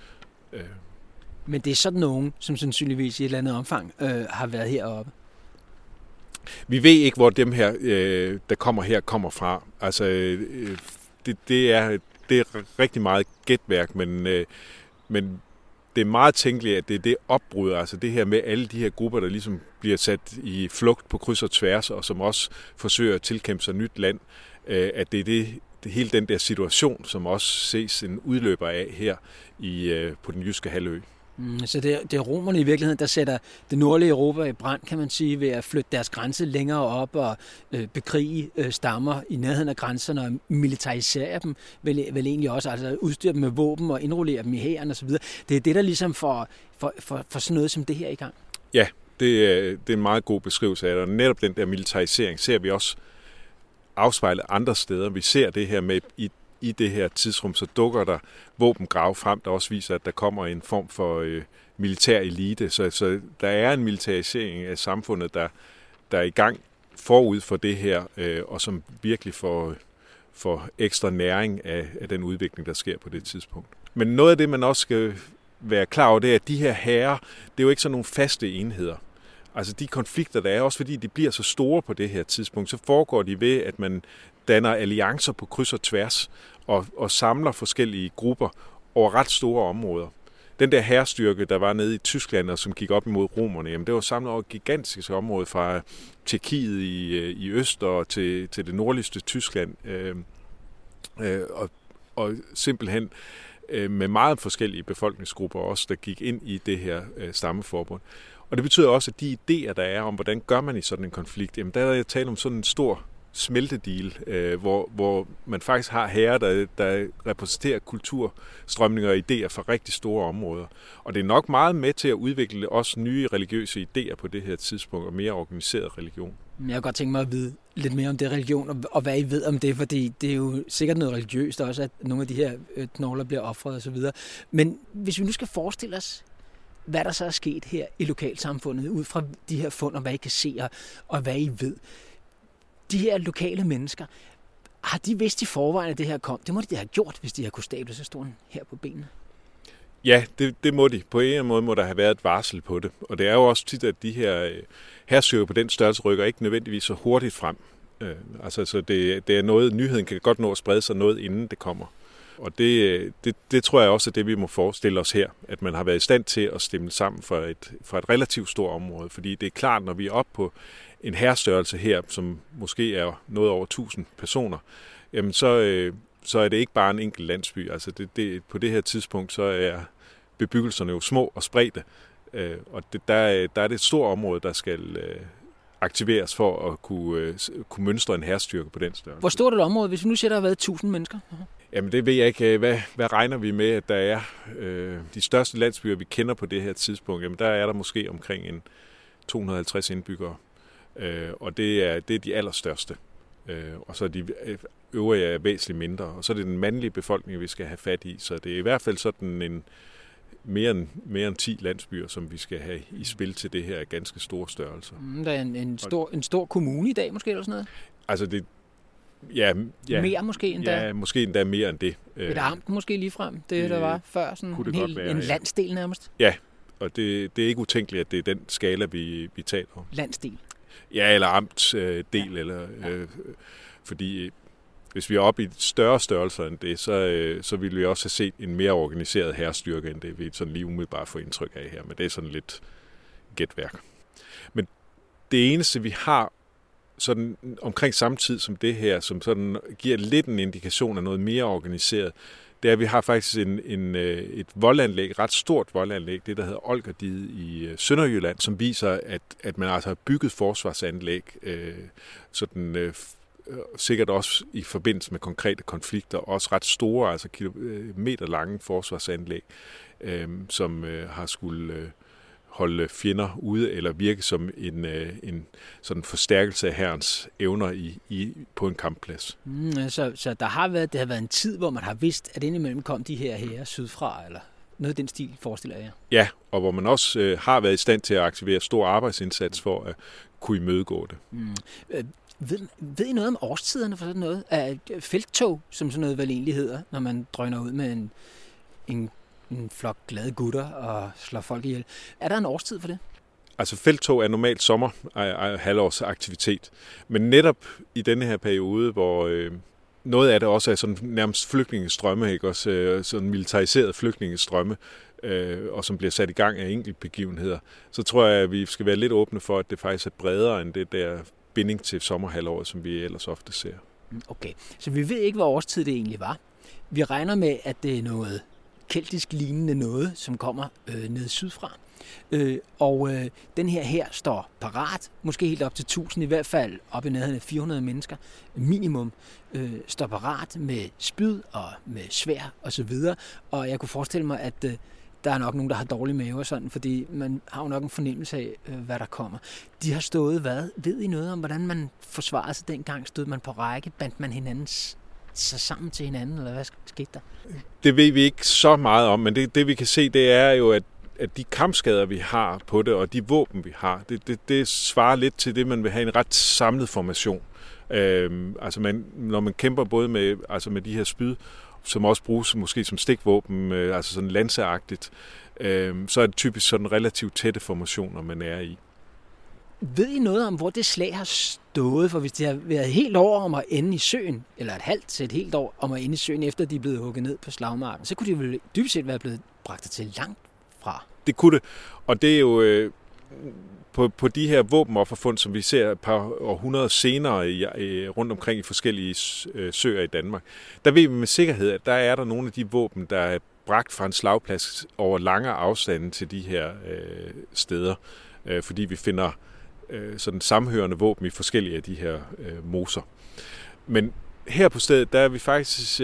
Men det er sådan nogen, som sandsynligvis i et eller andet omfang har været heroppe? Vi ved ikke, hvor dem her, der kommer her, kommer fra. Altså, det er rigtig meget gætværk, men det er meget tænkeligt, at det er det opbrud, altså det her med alle de her grupper, der ligesom bliver sat i flugt på kryds og tværs, og som også forsøger at tilkæmpe sig nyt land, at det er det hele den der situation, som også ses en udløber af her på den jyske halvø. Så det er romerne i virkeligheden, der sætter det nordlige Europa i brand, kan man sige, ved at flytte deres grænse længere op og bekrige stammer i nærheden af grænserne og militarisere dem, vel egentlig også, altså udstyre dem med våben og indrullere dem i hæren osv. Det er det, der ligesom får sådan noget som det her i gang. Ja, det er en meget god beskrivelse af det, og netop den der militarisering ser vi også afspejlet andre steder. Vi ser det her med i det her tidsrum, så dukker der våbengrave frem, der også viser, at der kommer en form for militær elite. Så der er en militarisering af samfundet, der er i gang forud for det her, og som virkelig får ekstra næring af den udvikling, der sker på det tidspunkt. Men noget af det, man også skal være klar over, det er, at de her hære, det er jo ikke sådan nogle faste enheder. Altså de konflikter, der er, også fordi de bliver så store på det her tidspunkt, så foregår de ved, at man danner alliancer på kryds og tværs og samler forskellige grupper over ret store områder. Den der hærstyrke, der var nede i Tyskland, og som gik op imod romerne, jamen det var samlet over gigantiske områder fra Tjekkiet i øst og til det nordligste Tyskland. Og simpelthen med meget forskellige befolkningsgrupper også, der gik ind i det her stammeforbund. Og det betyder også, at de idéer, der er om, hvordan gør man i sådan en konflikt, jamen der er jeg talt om sådan en stor smeltedil, hvor man faktisk har herrer, der repræsenterer kulturstrømninger og idéer fra rigtig store områder. Og det er nok meget med til at udvikle også nye religiøse idéer på det her tidspunkt, og mere organiseret religion. Jeg kan godt tænke mig at vide lidt mere om det religion, og hvad I ved om det, fordi det er jo sikkert noget religiøst også, at nogle af de her knogler bliver ofret osv. Men hvis vi nu skal forestille os, hvad der så er sket her i lokalsamfundet, ud fra de her fund, og hvad I kan se, og hvad I ved. De her lokale mennesker, har de vidst i forvejen, at det her kom? Det må de have gjort, hvis de har kunnet stable så stor her på benene. Ja, det må de. På en eller anden måde må der have været et varsel på det. Og det er jo også tit, at de her hærstyrker på den størrelse rykker ikke nødvendigvis så hurtigt frem. Så det er noget, nyheden kan godt nå at sprede sig noget, inden det kommer. Og det tror jeg også er det, vi må forestille os her, at man har været i stand til at stemme sammen for et relativt stort område. Fordi det er klart, når vi er oppe på en hærstørrelse her, som måske er noget over 1000 personer, jamen så er det ikke bare en enkelt landsby. Altså på det her tidspunkt, så er bebyggelserne jo små og spredte, og der er det et stort område, der skal aktiveres for at kunne mønstre en hærstyrke på den størrelse. Hvor stort er det område, hvis vi nu siger, der har været 1000 mennesker? Jamen det ved jeg ikke. Hvad regner vi med, at der er? De største landsbyer, vi kender på det her tidspunkt, jamen der er der måske omkring en 250 indbyggere. Og det er de allerstørste. Og så de øvrige er væsentligt mindre. Og så er det den mandlige befolkning, vi skal have fat i. Så det er i hvert fald sådan en mere end 10 landsbyer, som vi skal have i spil til det her ganske store størrelser. Der er en stor kommune i dag måske, eller sådan noget? Altså det... Ja, mere måske endda? Ja, måske endda mere end det. Et amt måske ligefrem, der var før, sådan en landsdel nærmest? Ja, og det er ikke utænkeligt, at det er den skala, vi taler om. Landsdel? Ja, eller amtsdel, fordi hvis vi er oppe i større størrelser end det, så ville vi også have set en mere organiseret hærstyrke, end det vi sådan lige umiddelbart får indtryk af her, men det er sådan lidt gætværk. Men det eneste, vi har sådan omkring samme tid som det her, som sådan giver lidt en indikation af noget mere organiseret, det er, at vi har faktisk et voldanlæg, ret stort voldanlæg, det der hedder Olgerdiget i Sønderjylland, som viser, at man altså har bygget forsvarsanlæg, sådan sikkert også i forbindelse med konkrete konflikter, også ret store, altså kilometer lange forsvarsanlæg, som har skulle holde fjender ude, eller virke som en sådan forstærkelse af hærens evner på en kampplads. Så det har været en tid, hvor man har vidst, at indimellem kom de her hære sydfra, eller noget af den stil, forestiller jeg. Ja, og hvor man også har været i stand til at aktivere stor arbejdsindsats for at kunne imødegå det. Ved I noget om årstiderne for sådan noget? Felttog, som sådan noget vel egentlig hedder, når man drøner ud med en flok glade gutter og slår folk ihjel. Er der en årstid for det? Altså felttog er normalt halvårs aktivitet. Men netop i denne her periode, hvor noget af det også er sådan nærmest flygtningestrømme, ikke? Også sådan militariseret flygtningestrømme, og som bliver sat i gang af enkeltbegivenheder, så tror jeg, at vi skal være lidt åbne for, at det faktisk er bredere end det der binding til sommerhalvåret, som vi ellers ofte ser. Okay, så vi ved ikke, hvad årstid det egentlig var. Vi regner med, at det er noget keltisk lignende noget, som kommer ned sydfra. Den her står parat, måske helt op til 1000, i hvert fald op i nærheden af 400 mennesker, minimum, står parat med spyd og med sværd og så videre. Og jeg kunne forestille mig, at der er nok nogen, der har dårlig mave og sådan, fordi man har jo nok en fornemmelse af, hvad der kommer. De har stået hvad? Ved I noget om, hvordan man forsvarede sig dengang? Stod man på række? Bandt man hinandens sig sammen til hinanden, eller hvad skete der? Det ved vi ikke så meget om, men det vi kan se, det er jo, at de kampskader, vi har på det, og de våben, vi har, det svarer lidt til det, man vil have en ret samlet formation. Når man kæmper både med de her spyd, som også bruges måske som stikvåben, altså sådan lanseagtigt, så er det typisk sådan relativt tætte formationer, man er i. Ved I noget om, hvor det slag har stået? For hvis det har været et helt år om at ende i søen, eller et halvt til et helt år om at ende i søen, efter de er blevet hugget ned på slagmarken, så kunne de vel dybest set være blevet bragt til langt fra. Det kunne det, og det er jo på de her våbenofferfund, som vi ser et par århundreder senere rundt omkring i forskellige søer i Danmark, der ved vi med sikkerhed, at der er der nogle af de våben, der er bragt fra en slagplads over lange afstande til de her steder, fordi vi finder sådan samhørende våben i forskellige af de her moser. Men her på stedet, der er vi faktisk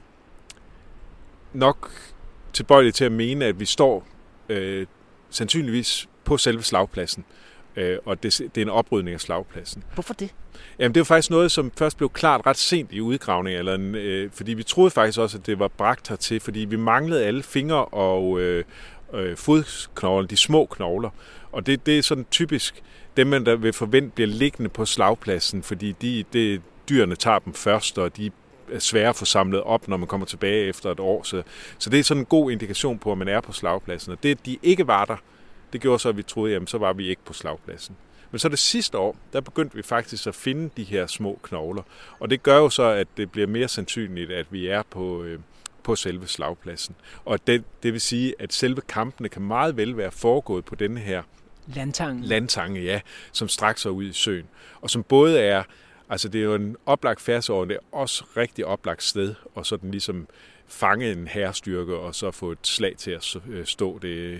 nok tilbøjelige til at mene, at vi står sandsynligvis på selve slagpladsen, og det er en oprydning af slagpladsen. Hvorfor det? Jamen, det var faktisk noget, som først blev klart ret sent i udgravningen, fordi vi troede faktisk også, at det var bragt hertil, fordi vi manglede alle fingre og fodknogler, de små knogler, og det er sådan typisk dem, man der vil forvente bliver liggende på slagpladsen, fordi dyrene tager dem først, og de er svære at få samlet op, når man kommer tilbage efter et år. Så det er sådan en god indikation på, at man er på slagpladsen. Og det, at de ikke var der, det gjorde så, at vi troede, jamen så var vi ikke på slagpladsen. Men så det sidste år, der begyndte vi faktisk at finde de her små knogler. Og det gør jo så, at det bliver mere sandsynligt, at vi er på selve slagpladsen. Og det vil sige, at selve kampene kan meget vel være foregået på denne her landtange, ja, som strækker sig ud i søen. Og som både er, altså det er jo en oplagt færdsår, det er også rigtig oplagt sted, og så den ligesom fange en hærstyrke, og så få et slag til at stå. Det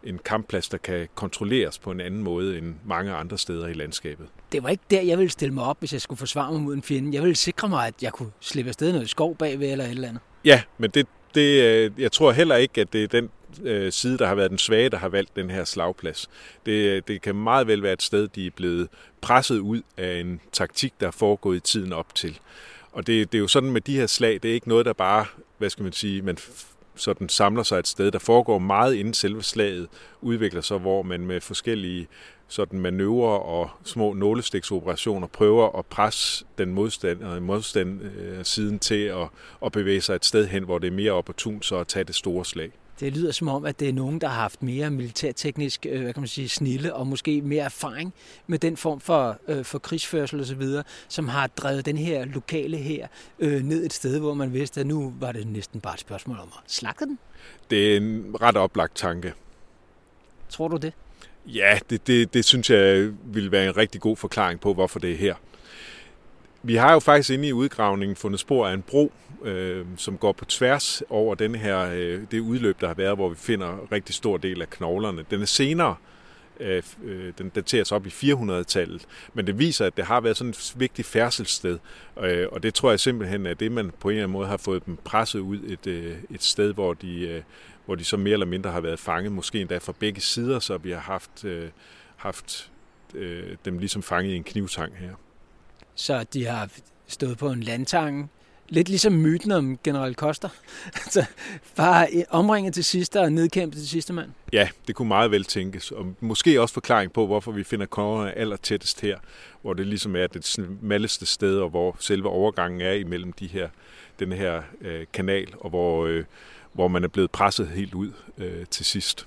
en kampplads, der kan kontrolleres på en anden måde end mange andre steder i landskabet. Det var ikke der, jeg ville stille mig op, hvis jeg skulle forsvare mig mod en fjende. Jeg ville sikre mig, at jeg kunne slippe afsted noget skov bagved eller et eller andet. Ja, men jeg tror heller ikke, at det er den side, der har været den svage, der har valgt den her slagplads. Det kan meget vel være et sted, de er blevet presset ud af en taktik, der er foregået i tiden op til. Og det er jo sådan med de her slag, det er ikke noget, der bare, man sådan samler sig et sted. Der foregår meget inden selve slaget udvikler sig, hvor man med forskellige sådan manøvrer og små nålestiksoperationer prøver at presse den modstandsiden til at bevæge sig et sted hen, hvor det er mere opportunt så at tage det store slag. Det lyder som om, at det er nogen, der har haft mere militærteknisk snilde og måske mere erfaring med den form for krigsførsel osv., som har drevet den her lokale her ned et sted, hvor man vidste, at nu var det næsten bare et spørgsmål om at slagte den. Det er en ret oplagt tanke. Tror du det? Ja, det synes jeg vil være en rigtig god forklaring på, hvorfor det er her. Vi har jo faktisk inde i udgravningen fundet spor af en bro, som går på tværs over det udløb, der har været, hvor vi finder rigtig stor del af knoglerne. Den er senere, den dateres op i 400-tallet, men det viser, at det har været sådan et vigtigt færdselssted, og det tror jeg simpelthen er det, man på en eller anden måde har fået dem presset ud et sted, hvor de så mere eller mindre har været fanget, måske endda fra begge sider, så vi har haft dem ligesom fanget i en knivtang her. Så de har stået på en landtange, lidt ligesom myten om general Custer. Altså, bare omringet til sidste og nedkæmpet til sidste mand. Ja, det kunne meget vel tænkes. Og måske også forklaring på, hvorfor vi finder knoglerne aller tættest her, hvor det ligesom er det smalleste sted, og hvor selve overgangen er imellem den her kanal, og hvor man er blevet presset helt ud til sidst.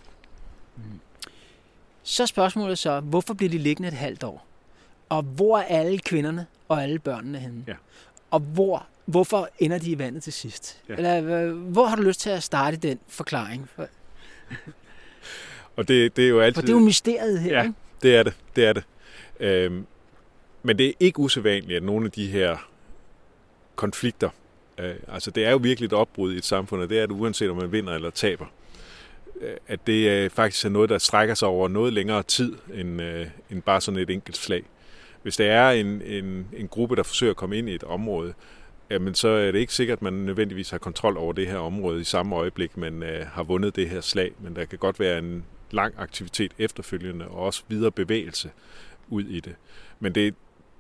Så spørgsmålet så, hvorfor bliver de liggende et halvt år? Og hvor er alle kvinderne og alle børnene henne? Ja. Og hvorfor ender de i vandet til sidst? Ja. Eller hvor har du lyst til at starte den forklaring? Og det er jo altid... For det er jo mysteriet her, ja, ikke? Det er det. Men det er ikke usædvanligt, at nogle af de her konflikter, altså det er jo virkelig et opbrud i et samfund, og det er det uanset om man vinder eller taber. At det faktisk er noget, der strækker sig over noget længere tid, end bare sådan et enkelt slag. Hvis der er en gruppe, der forsøger at komme ind i et område, jamen så er det ikke sikkert, at man nødvendigvis har kontrol over det her område i samme øjeblik, man har vundet det her slag. Men der kan godt være en lang aktivitet efterfølgende, og også videre bevægelse ud i det. Men det et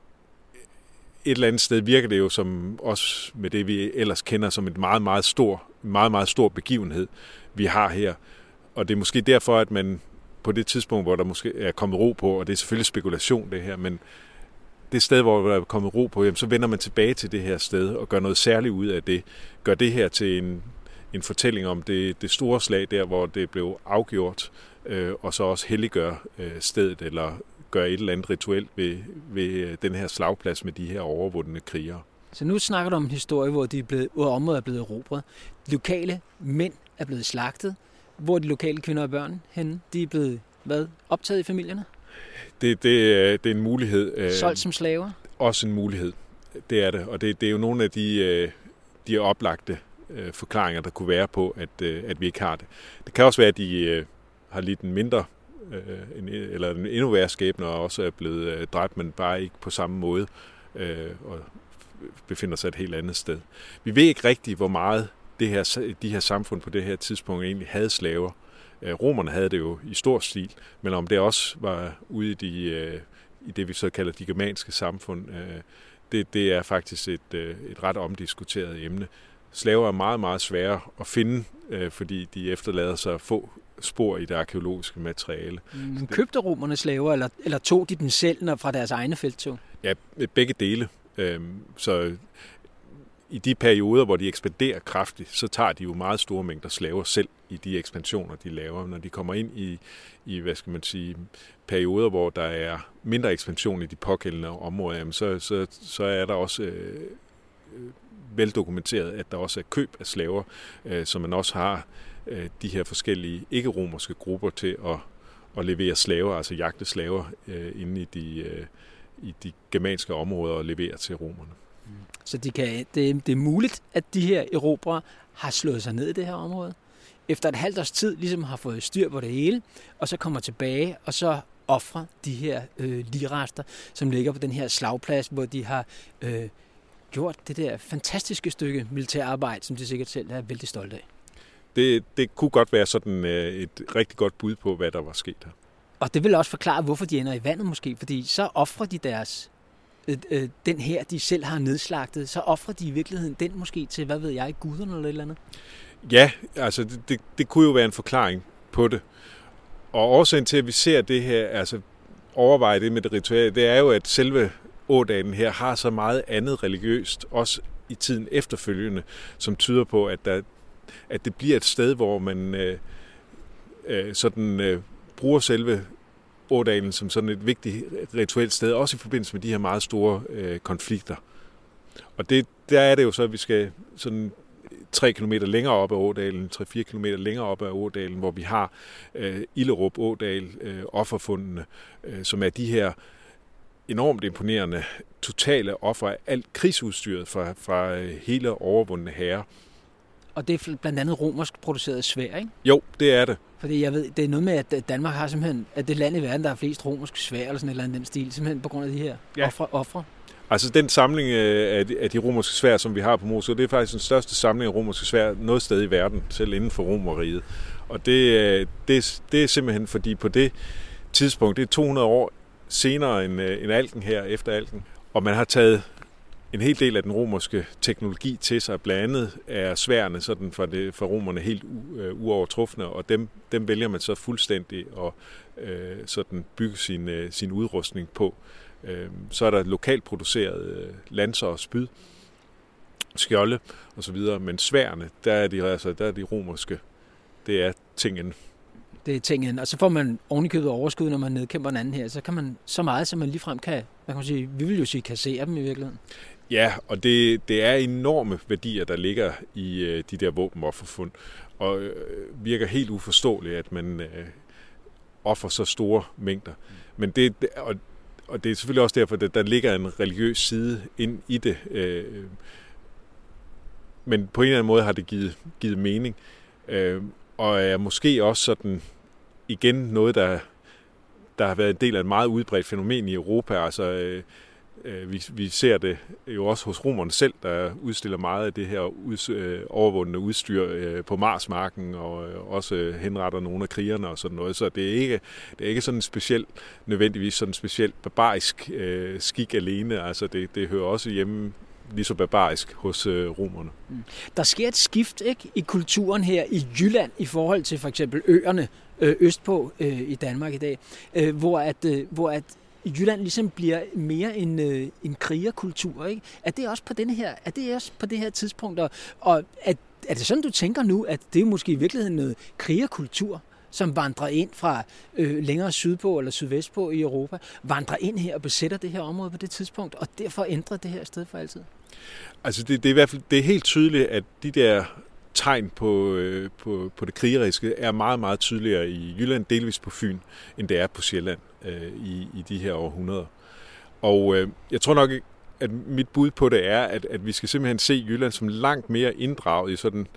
eller andet sted virker det jo som også med det, vi ellers kender som et meget, meget stor begivenhed, vi har her. Og det er måske derfor, at man på det tidspunkt, hvor der måske er kommet ro på, og det er selvfølgelig spekulation det her, men det sted, hvor der er kommet ro på, jamen, så vender man tilbage til det her sted og gør noget særligt ud af det. Gør det her til en fortælling om det store slag der, hvor det blev afgjort, og så også helliggør stedet, eller gør et eller andet rituelt ved den her slagplads med de her overvundne krigere. Så nu snakker du om en historie, hvor området er blevet erobret. De lokale mænd er blevet slagtet. Hvor er de lokale kvinder og børn henne? De er blevet optaget i familierne? Det er en mulighed. Solgt som slaver? Også en mulighed. Det er det. Og det er jo nogle af de oplagte forklaringer, der kunne være på, at vi ikke har det. Det kan også være, at de har lidt en mindre eller en endnu værre skæbne, og også er blevet dræbt, men bare ikke på samme måde, og befinder sig et helt andet sted. Vi ved ikke rigtigt, hvor meget de her samfund på det her tidspunkt egentlig havde slaver. Romerne havde det jo i stor stil, men om det også var ude i det, vi så kalder de germanske samfund, det er faktisk et ret omdiskuteret emne. Slaver er meget, meget svære at finde, fordi de efterlader sig få spor i det arkæologiske materiale. Men købte romerne slaver, eller tog de dem selv fra deres egne felttog? Ja, begge dele. Så i de perioder, hvor de ekspanderer kraftigt, så tager de jo meget store mængder slaver selv i de ekspansioner, de laver. Når de kommer ind i perioder, hvor der er mindre ekspansion i de pågældende områder, jamen så er der også veldokumenteret, at der også er køb af slaver, så man også har de her forskellige ikke-romerske grupper til at levere slaver, altså jagte slaver inde i de germanske områder og levere til romerne. Så det er muligt, at de her erobrere har slået sig ned i det her område? efter et halvt års tid ligesom har fået styr på det hele, og så kommer tilbage, og så ofre de her ligrester, som ligger på den her slagplads, hvor de har gjort det der fantastiske stykke militærarbejde, som de sikkert selv er vældig stolte af. Det kunne godt være sådan et rigtig godt bud på, hvad der var sket her. Og det vil også forklare, hvorfor de ender i vandet måske, fordi så offrer de deres den her, de selv har nedslagtet, så offrer de i virkeligheden den måske til, hvad ved jeg, guderne eller et eller andet? Ja, altså det kunne jo være en forklaring på det. Og årsagen til, at vi ser det her, altså overveje det med det rituale, det er jo, at selve ådalen her har så meget andet religiøst, også i tiden efterfølgende, som tyder på, at det bliver et sted, hvor man bruger selve ådalen som sådan et vigtigt rituelt sted, også i forbindelse med de her meget store konflikter. Og der er det jo så, at vi skal sådan 3 kilometer længere op ad ådalen, 3-4 kilometer længere op ad ådalen, hvor vi har Illerup Ådal, offerfundene, som er de her enormt imponerende totale offer af alt krigsudstyret fra hele overvundne hære. Og det er blandt andet romersk produceret sværd, ikke? Jo, det er det. Fordi jeg ved, det er noget med, at Danmark har simpelthen, at det land i verden, der har flest romersk sværd, eller sådan et eller andet den stil, simpelthen på grund af de her ofre. Altså den samling af de romerske sværd, som vi har på Moskva, det er faktisk den største samling af romerske sværd noget sted i verden, selv inden for Romerriget. Og det er simpelthen fordi på det tidspunkt, det er 200 år senere end Alken her, efter Alken, og man har taget en hel del af den romerske teknologi til sig. Blandt andet er sværdene sådan for romerne helt uovertrufne, og dem vælger man så fuldstændig at sådan bygge sin udrustning på. Så er der lokalt produceret lanser og spyd, skjolde osv., men sværdene, der er de romerske, det er tingen. Det er tingen, og så får man ovenikøbet overskud, når man nedkæmper en anden her, så kan man så meget, som man ligefrem kan, hvad kan man sige, vi vil jo sige, kassere dem i virkeligheden. Ja, og det er enorme værdier, der ligger i de der våbenofferfund, og virker helt uforståeligt, at man offer så store mængder. Men det er selvfølgelig også derfor, at der ligger en religiøs side ind i det. Men på en eller anden måde har det givet mening. Og er måske også sådan igen noget, der har været en del af et meget udbredt fænomen i Europa. Altså, vi ser det jo også hos romerne selv, der udstiller meget af det her overvundne udstyr på Marsmarken, og også henretter nogle af krigerne og sådan noget. Så det er ikke sådan nødvendigvis sådan en speciel barbarisk skik alene. Altså det hører også hjemme lige så barbarisk hos romerne. Der sker et skift, ikke, i kulturen her i Jylland i forhold til for eksempel øerne østpå i Danmark i dag, hvor at Jylland ligesom bliver mere en krigerkultur, ikke? Er det også på det her tidspunkt, og er det sådan, du tænker nu, at det er måske i virkeligheden noget krigerkultur, som vandrer ind fra længere sydpå eller sydvestpå i Europa, vandrer ind her og besætter det her område på det tidspunkt, og derfor ændrer det her sted for altid? Altså det er i hvert fald det er helt tydeligt, at de der tegn på det krigeriske er meget, meget tydeligere i Jylland, delvis på Fyn, end det er på Sjælland i de her århundreder. Og jeg tror nok, at mit bud på det er, at vi skal simpelthen se Jylland som langt mere inddraget i sådan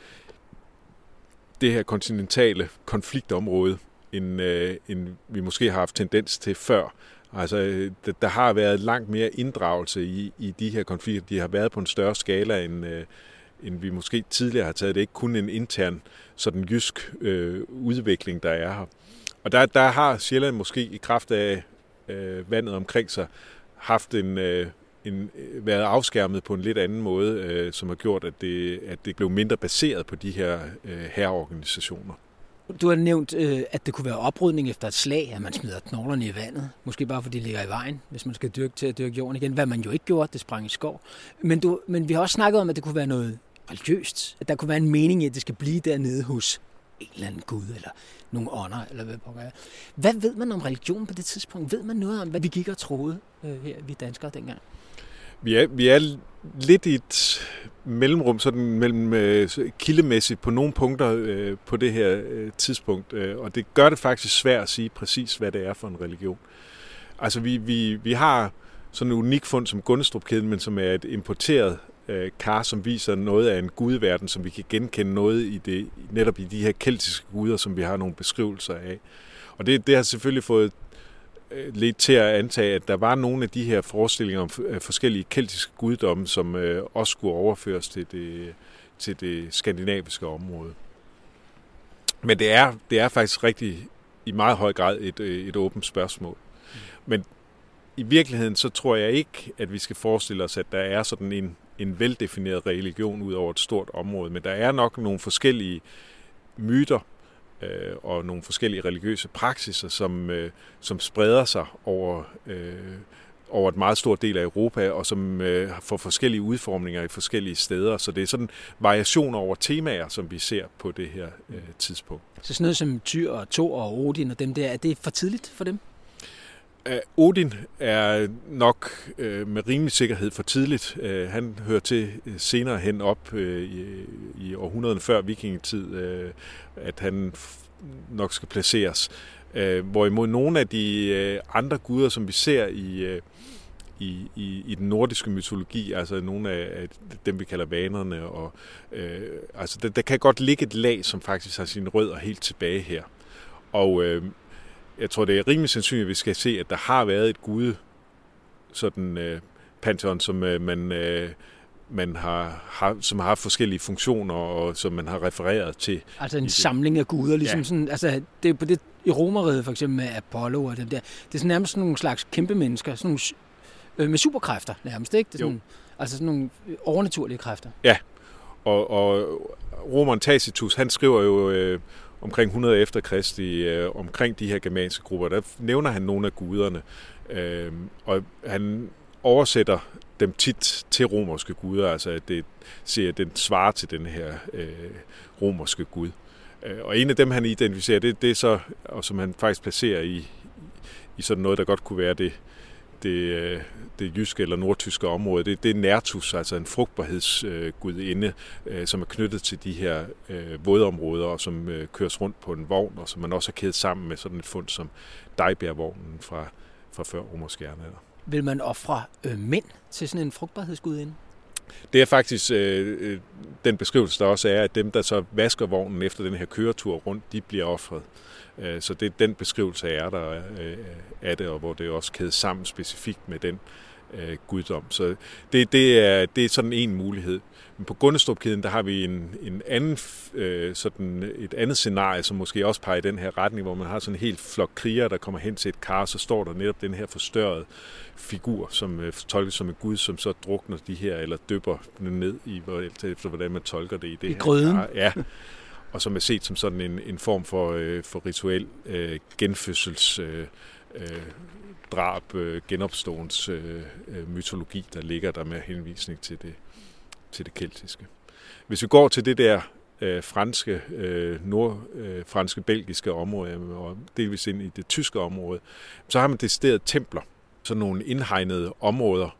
det her kontinentale konfliktområde, end vi måske har haft tendens til før. Altså, der har været langt mere inddragelse i de her konflikter. De har været på en større skala, end vi måske tidligere har taget. Det er ikke kun en intern sådan jysk udvikling, der er her. Og der har Sjælland måske i kraft af vandet omkring sig haft været afskærmet på en lidt anden måde, som har gjort, at det blev mindre baseret på de her hærorganisationer. Du har nævnt, at det kunne være oprydning efter et slag, at man smider knoglerne i vandet. Måske bare fordi de ligger i vejen, hvis man skal dyrke jorden igen. Hvad man jo ikke gjorde, det sprang i skov. Men vi har også snakket om, at det kunne være noget religiøst. At der kunne være en mening i, at det skal blive dernede hos en eller anden gud, eller nogle ånder, eller hvad pokker er. Hvad ved man om religion på det tidspunkt? Ved man noget om, hvad vi gik og troede her, vi danskere dengang? Vi er lidt i et mellemrum, sådan mellem kildemæssigt på nogle punkter på det her tidspunkt, og det gør det faktisk svært at sige præcis, hvad det er for en religion. Altså vi har sådan en unik fund som Gunnestrupkæden, men som er et importeret kar, som viser noget af en gudeverden, som vi kan genkende noget i det, netop i de her keltiske guder, som vi har nogle beskrivelser af. Og det har selvfølgelig fået lidt til at antage, at der var nogle af de her forestillinger om forskellige keltiske guddomme, som også skulle overføres til det skandinaviske område. Men det er faktisk rigtig i meget høj grad et åbent spørgsmål. Men i virkeligheden så tror jeg ikke, at vi skal forestille os, at der er sådan en veldefineret religion ud over et stort område. Men der er nok nogle forskellige myter og nogle forskellige religiøse praksiser, som spreder sig over et meget stort del af Europa, og som får forskellige udformninger i forskellige steder. Så det er sådan variationer over temaer, som vi ser på det her tidspunkt. Så sådan noget som Tyr og Thor og Odin og dem der, er det for tidligt for dem? Odin er nok med rimelig sikkerhed for tidligt. Han hører til senere hen op i århundrederne før vikingetid, at han nok skal placeres. Hvorimod nogle af de andre guder, som vi ser i den nordiske mytologi, altså nogle af dem, vi kalder vanerne, og altså der kan godt ligge et lag, som faktisk har sine rødder helt tilbage her. Og jeg tror, det er rimelig sandsynligt, at vi skal se, at der har været et gude, sådan pantheon, som man som har haft forskellige funktioner, og som man har refereret til. Altså en samling af guder, ligesom ja. Sådan, altså det er på det i Romeriet for eksempel med Apollo og dem der. Det er sådan nærmest sådan nogle slags kæmpe mennesker, sådan nogle, med superkræfter nærmest, ikke? Det er sådan, altså sådan nogle overnaturlige kræfter. Ja, og romeren Tacitus, han skriver jo omkring 100 efter Kristi, omkring de her germanske grupper, der nævner han nogle af guderne, og han oversætter dem tit til romerske guder, altså at det siger, den svarer til den her romerske gud. Og en af dem, han identificerer, det er så, og som han faktisk placerer i sådan noget, der godt kunne være det jyske eller nordtyske område, det er Nertus, altså en frugtbarhedsgudinde, som er knyttet til de her vådområder, og som køres rundt på en vogn, og som man også har kædet sammen med sådan et fund som Dejbjergvognen fra før romersk jernalder. Vil man ofre mænd til sådan en frugtbarhedsgudinde? Det er faktisk den beskrivelse, der også er, at dem, der så vasker vognen efter den her køretur rundt, de bliver ofret. Så det er den beskrivelse der af det, og hvor det er også kædet sammen specifikt med den guddom. Så det er sådan en mulighed. Men på Gundestrup-kæden, der har vi en anden, sådan et andet scenarie, som måske også peger i den her retning, hvor man har sådan en helt flok krigere, der kommer hen til et kar, så står der netop den her forstørrede figur, som tolkes som en gud, som så drukner de her, eller dypper ned i, efter hvordan man tolker det i det I her gryden. Kar. Ja, og som er set som sådan en form for rituel genfødsels drab, genopståens mytologi, der ligger der med henvisning til det keltiske. Hvis vi går til det der franske, nordfranske, belgiske område, og delvis ind i det tyske område, så har man decideret templer, sådan nogle indhegnede områder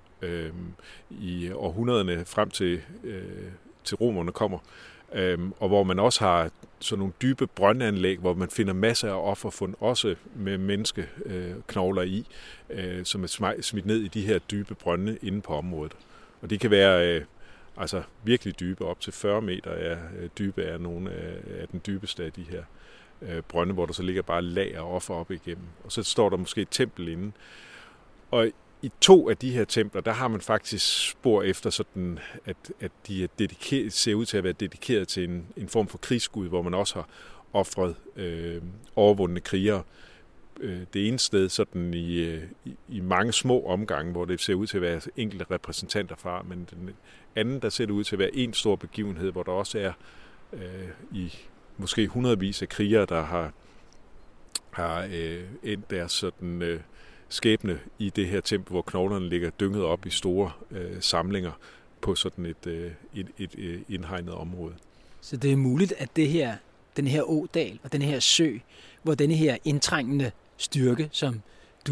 i århundrederne frem til romerne kommer, og hvor man også har sådan nogle dybe brøndanlæg, hvor man finder masser af offerfund, også med menneskeknogler i, som er smidt ned i de her dybe brønde inde på området. Og de kan være altså virkelig dybe, op til 40 meter dybe er nogle af den dybeste af de her brønde, hvor der så ligger bare lag af offer op igennem. Og så står der måske et tempel inde. Og i 2 af de her templer, der har man faktisk spor efter sådan, at de er ser ud til at være dedikeret til en form for krigsgud, hvor man også har ofret overvundne krigere. Det ene sted sådan i mange små omgange, hvor det ser ud til at være enkelte repræsentanter fra, men den anden, der ser det ud til at være en stor begivenhed, hvor der også er i måske hundredvis af krigere, der har endt deres sådan skæbne i det her tempel, hvor knoglerne ligger dynget op i store samlinger på sådan et indhegnet område. Så det er muligt, at den her ådal og den her sø, hvor denne her indtrængende styrke, som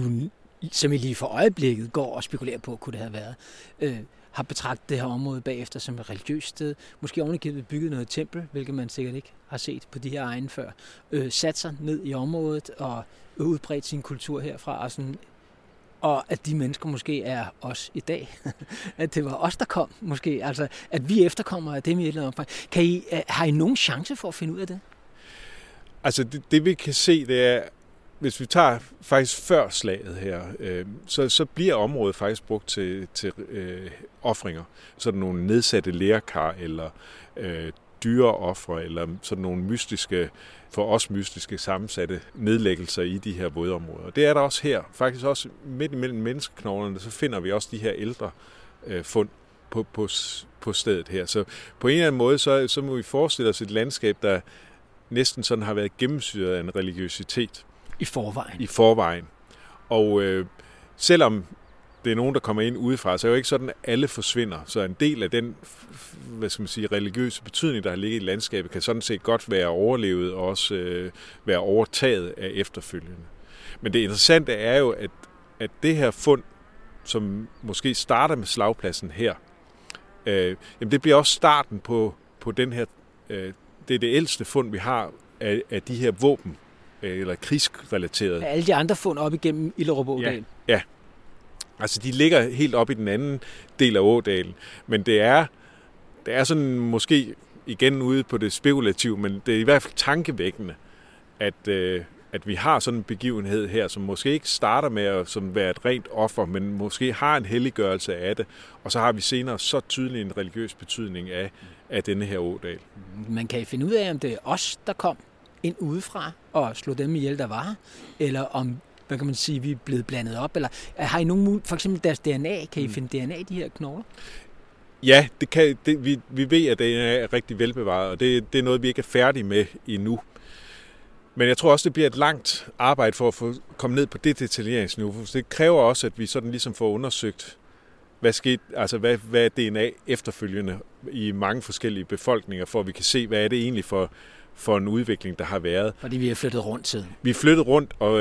I lige for øjeblikket går og spekulerer på, kunne det have været, har betragtet det her område bagefter som et religiøst sted, måske ovenikøbet bygget noget tempel, hvilket man sikkert ikke har set på de her egne før, sat sig ned i området og udbredt sin kultur herfra, og sådan og at de mennesker måske er os i dag. At det var os, der kom måske. Altså, at vi efterkommer af dem i et eller andet omfang. Har I nogen chance for at finde ud af det? Altså, det vi kan se, det er, hvis vi tager faktisk før slaget her, så bliver området faktisk brugt til ofringer. Sådan nogle nedsatte lerkar, eller dyreofre, eller sådan nogle mystiske, for os mystiske sammensatte nedlæggelser i de her vådområder. Og det er der også her. Faktisk også midt imellem menneskeknoglerne, så finder vi også de her ældre fund på stedet her. Så på en eller anden måde, så må vi forestille os et landskab, der næsten sådan har været gennemsyret af en religiøsitet. I forvejen. Og selvom det er nogen, der kommer ind udefra, så er jo ikke sådan, at alle forsvinder. Så en del af den, religiøse betydning, der har ligget i landskabet, kan sådan set godt være overlevet og også være overtaget af efterfølgende. Men det interessante er jo, at det her fund, som måske starter med slagpladsen her, jamen det bliver også starten på den her, det er det ældste fund, vi har af de her våben, eller krigsrelaterede. Alle de andre fund op igennem Illerup Ådal. Ja. Altså, de ligger helt op i den anden del af ådalen. Men det er sådan måske igen ude på det spekulative, men det er i hvert fald tankevækkende, at vi har sådan en begivenhed her, som måske ikke starter med at være et rent offer, men måske har en helliggørelse af det, og så har vi senere så tydelig en religiøs betydning af denne her ådal. Man kan finde ud af, om det er os, der kom ind udefra og slog dem ihjel, der var her, eller om, hvad kan man sige, vi er blevet blandet op, eller har I nogen, for eksempel deres DNA, kan I finde DNA i de her knogler? Ja, vi ved, at DNA er rigtig velbevaret, og det er noget, vi ikke er færdige med endnu. Men jeg tror også, det bliver et langt arbejde for at komme ned på det detaljeringsniveau. Det kræver også, at vi sådan ligesom får undersøgt, hvad er DNA efterfølgende i mange forskellige befolkninger, for at vi kan se, hvad er det egentlig for en udvikling, der har været. Fordi vi har flyttet rundt til. Vi er flyttet rundt, og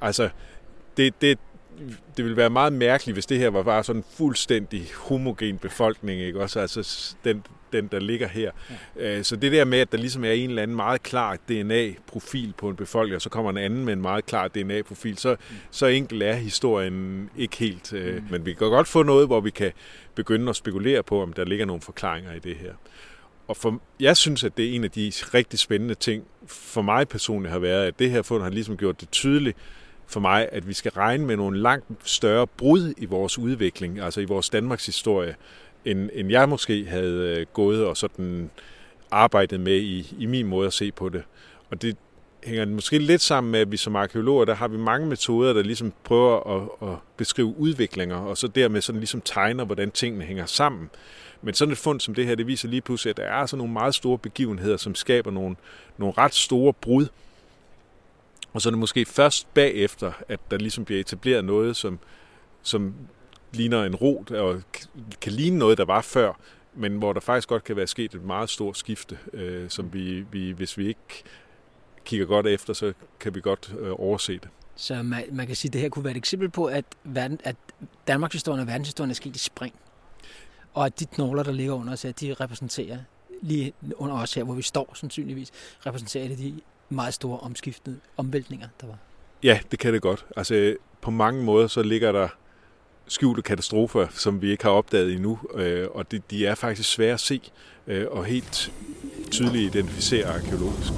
det ville være meget mærkeligt, hvis det her var bare sådan en fuldstændig homogen befolkning, ikke? Også altså den der ligger her. Ja. Så det der med, at der ligesom er en eller anden meget klar DNA-profil på en befolkning, og så kommer en anden med en meget klar DNA-profil, så enkel er historien ikke helt. Men vi kan godt få noget, hvor vi kan begynde at spekulere på, om der ligger nogle forklaringer i det her. Og jeg synes, at det er en af de rigtig spændende ting for mig personligt har været, at det her fund har ligesom gjort det tydeligt for mig, at vi skal regne med nogle langt større brud i vores udvikling, altså i vores Danmarks historie, end jeg måske havde gået og sådan arbejdet med i min måde at se på det. Og det hænger måske lidt sammen med, at vi som arkeologer, der har vi mange metoder, der ligesom prøver at beskrive udviklinger, og så dermed sådan ligesom tegner, hvordan tingene hænger sammen. Men sådan et fund som det her, det viser lige pludselig, at der er altså nogle meget store begivenheder, som skaber nogle ret store brud. Og så er det måske først bagefter, at der ligesom bliver etableret noget, som ligner en rot, og kan ligne noget, der var før, men hvor der faktisk godt kan være sket et meget stort skifte, som vi, hvis vi ikke kigger godt efter, så kan vi godt overse det. Så man kan sige, at det her kunne være et eksempel på, at Danmarks historie og verdenshistorien er sket i spring. Og at de knogler, der ligger under os, at de repræsenterer lige under os her, hvor vi står sandsynligvis, repræsenterer de meget store omskiftede omvæltninger, der var. Ja, det kan det godt. Altså på mange måder, så ligger der skjulte katastrofer, som vi ikke har opdaget endnu, og de er faktisk svære at se og helt tydeligt identificere arkeologisk.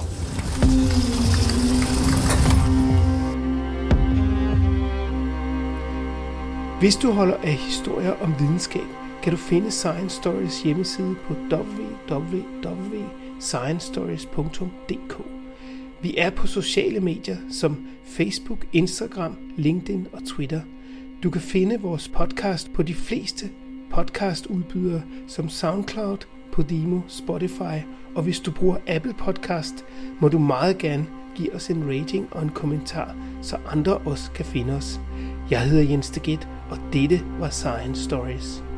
Hvis du holder af historier om videnskab, kan du finde Science Stories hjemmeside på www.sciencestories.dk. Vi er på sociale medier som Facebook, Instagram, LinkedIn og Twitter. Du kan finde vores podcast på de fleste podcastudbydere som SoundCloud, Podimo, Spotify, og hvis du bruger Apple Podcast, må du meget gerne give os en rating og en kommentar, så andre også kan finde os. Jeg hedder Jens de Get, og dette var Science Stories.